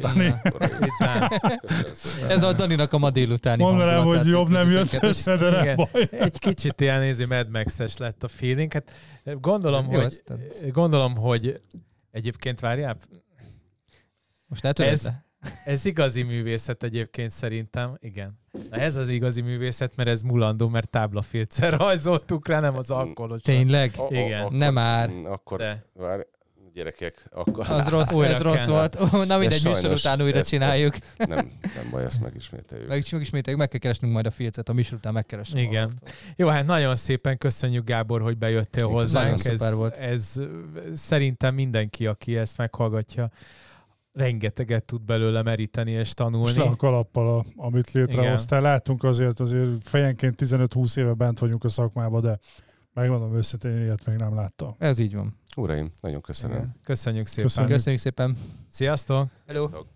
Ez a Daninak a ma délutáni mondanám, hogy jobb nem jött össze, de nem baj. Egy kicsit ilyen Mad Max-es lett a feeling. Hát gondolom, hogy egyébként várjál. Most ne töröd. Ez igazi művészet egyébként szerintem, igen. Na ez az igazi művészet, mert ez mulandó, mert táblafilccel rajzoltuk rá, nem az alkoholos. Tényleg? Igen. Nem már. Akkor Gyerekek, akkor... Az rossz, ez rossz volt. Na mindegy, műsor után újra csináljuk. Nem baj, ezt megismételjük. Megismételjük, meg kell keresnünk majd a Filcet, a műsor után megkeresünk. Igen. Jó, hát nagyon szépen köszönjük, Gábor, hogy bejöttél hozzánk. Ez szerintem mindenki, aki ezt meghallgatja, rengeteget tud belőle meríteni és tanulni. És le a kalappal, amit létrehoztál. Látunk azért fejenként 15-20 éve bent vagyunk a szakmában, de megmondom őszintén, ilyet még nem láttam. Ez így van. Uraim, nagyon köszönöm. Igen. Köszönjük szépen. Köszönjük szépen. Sziasztok! Hello. Sziasztok.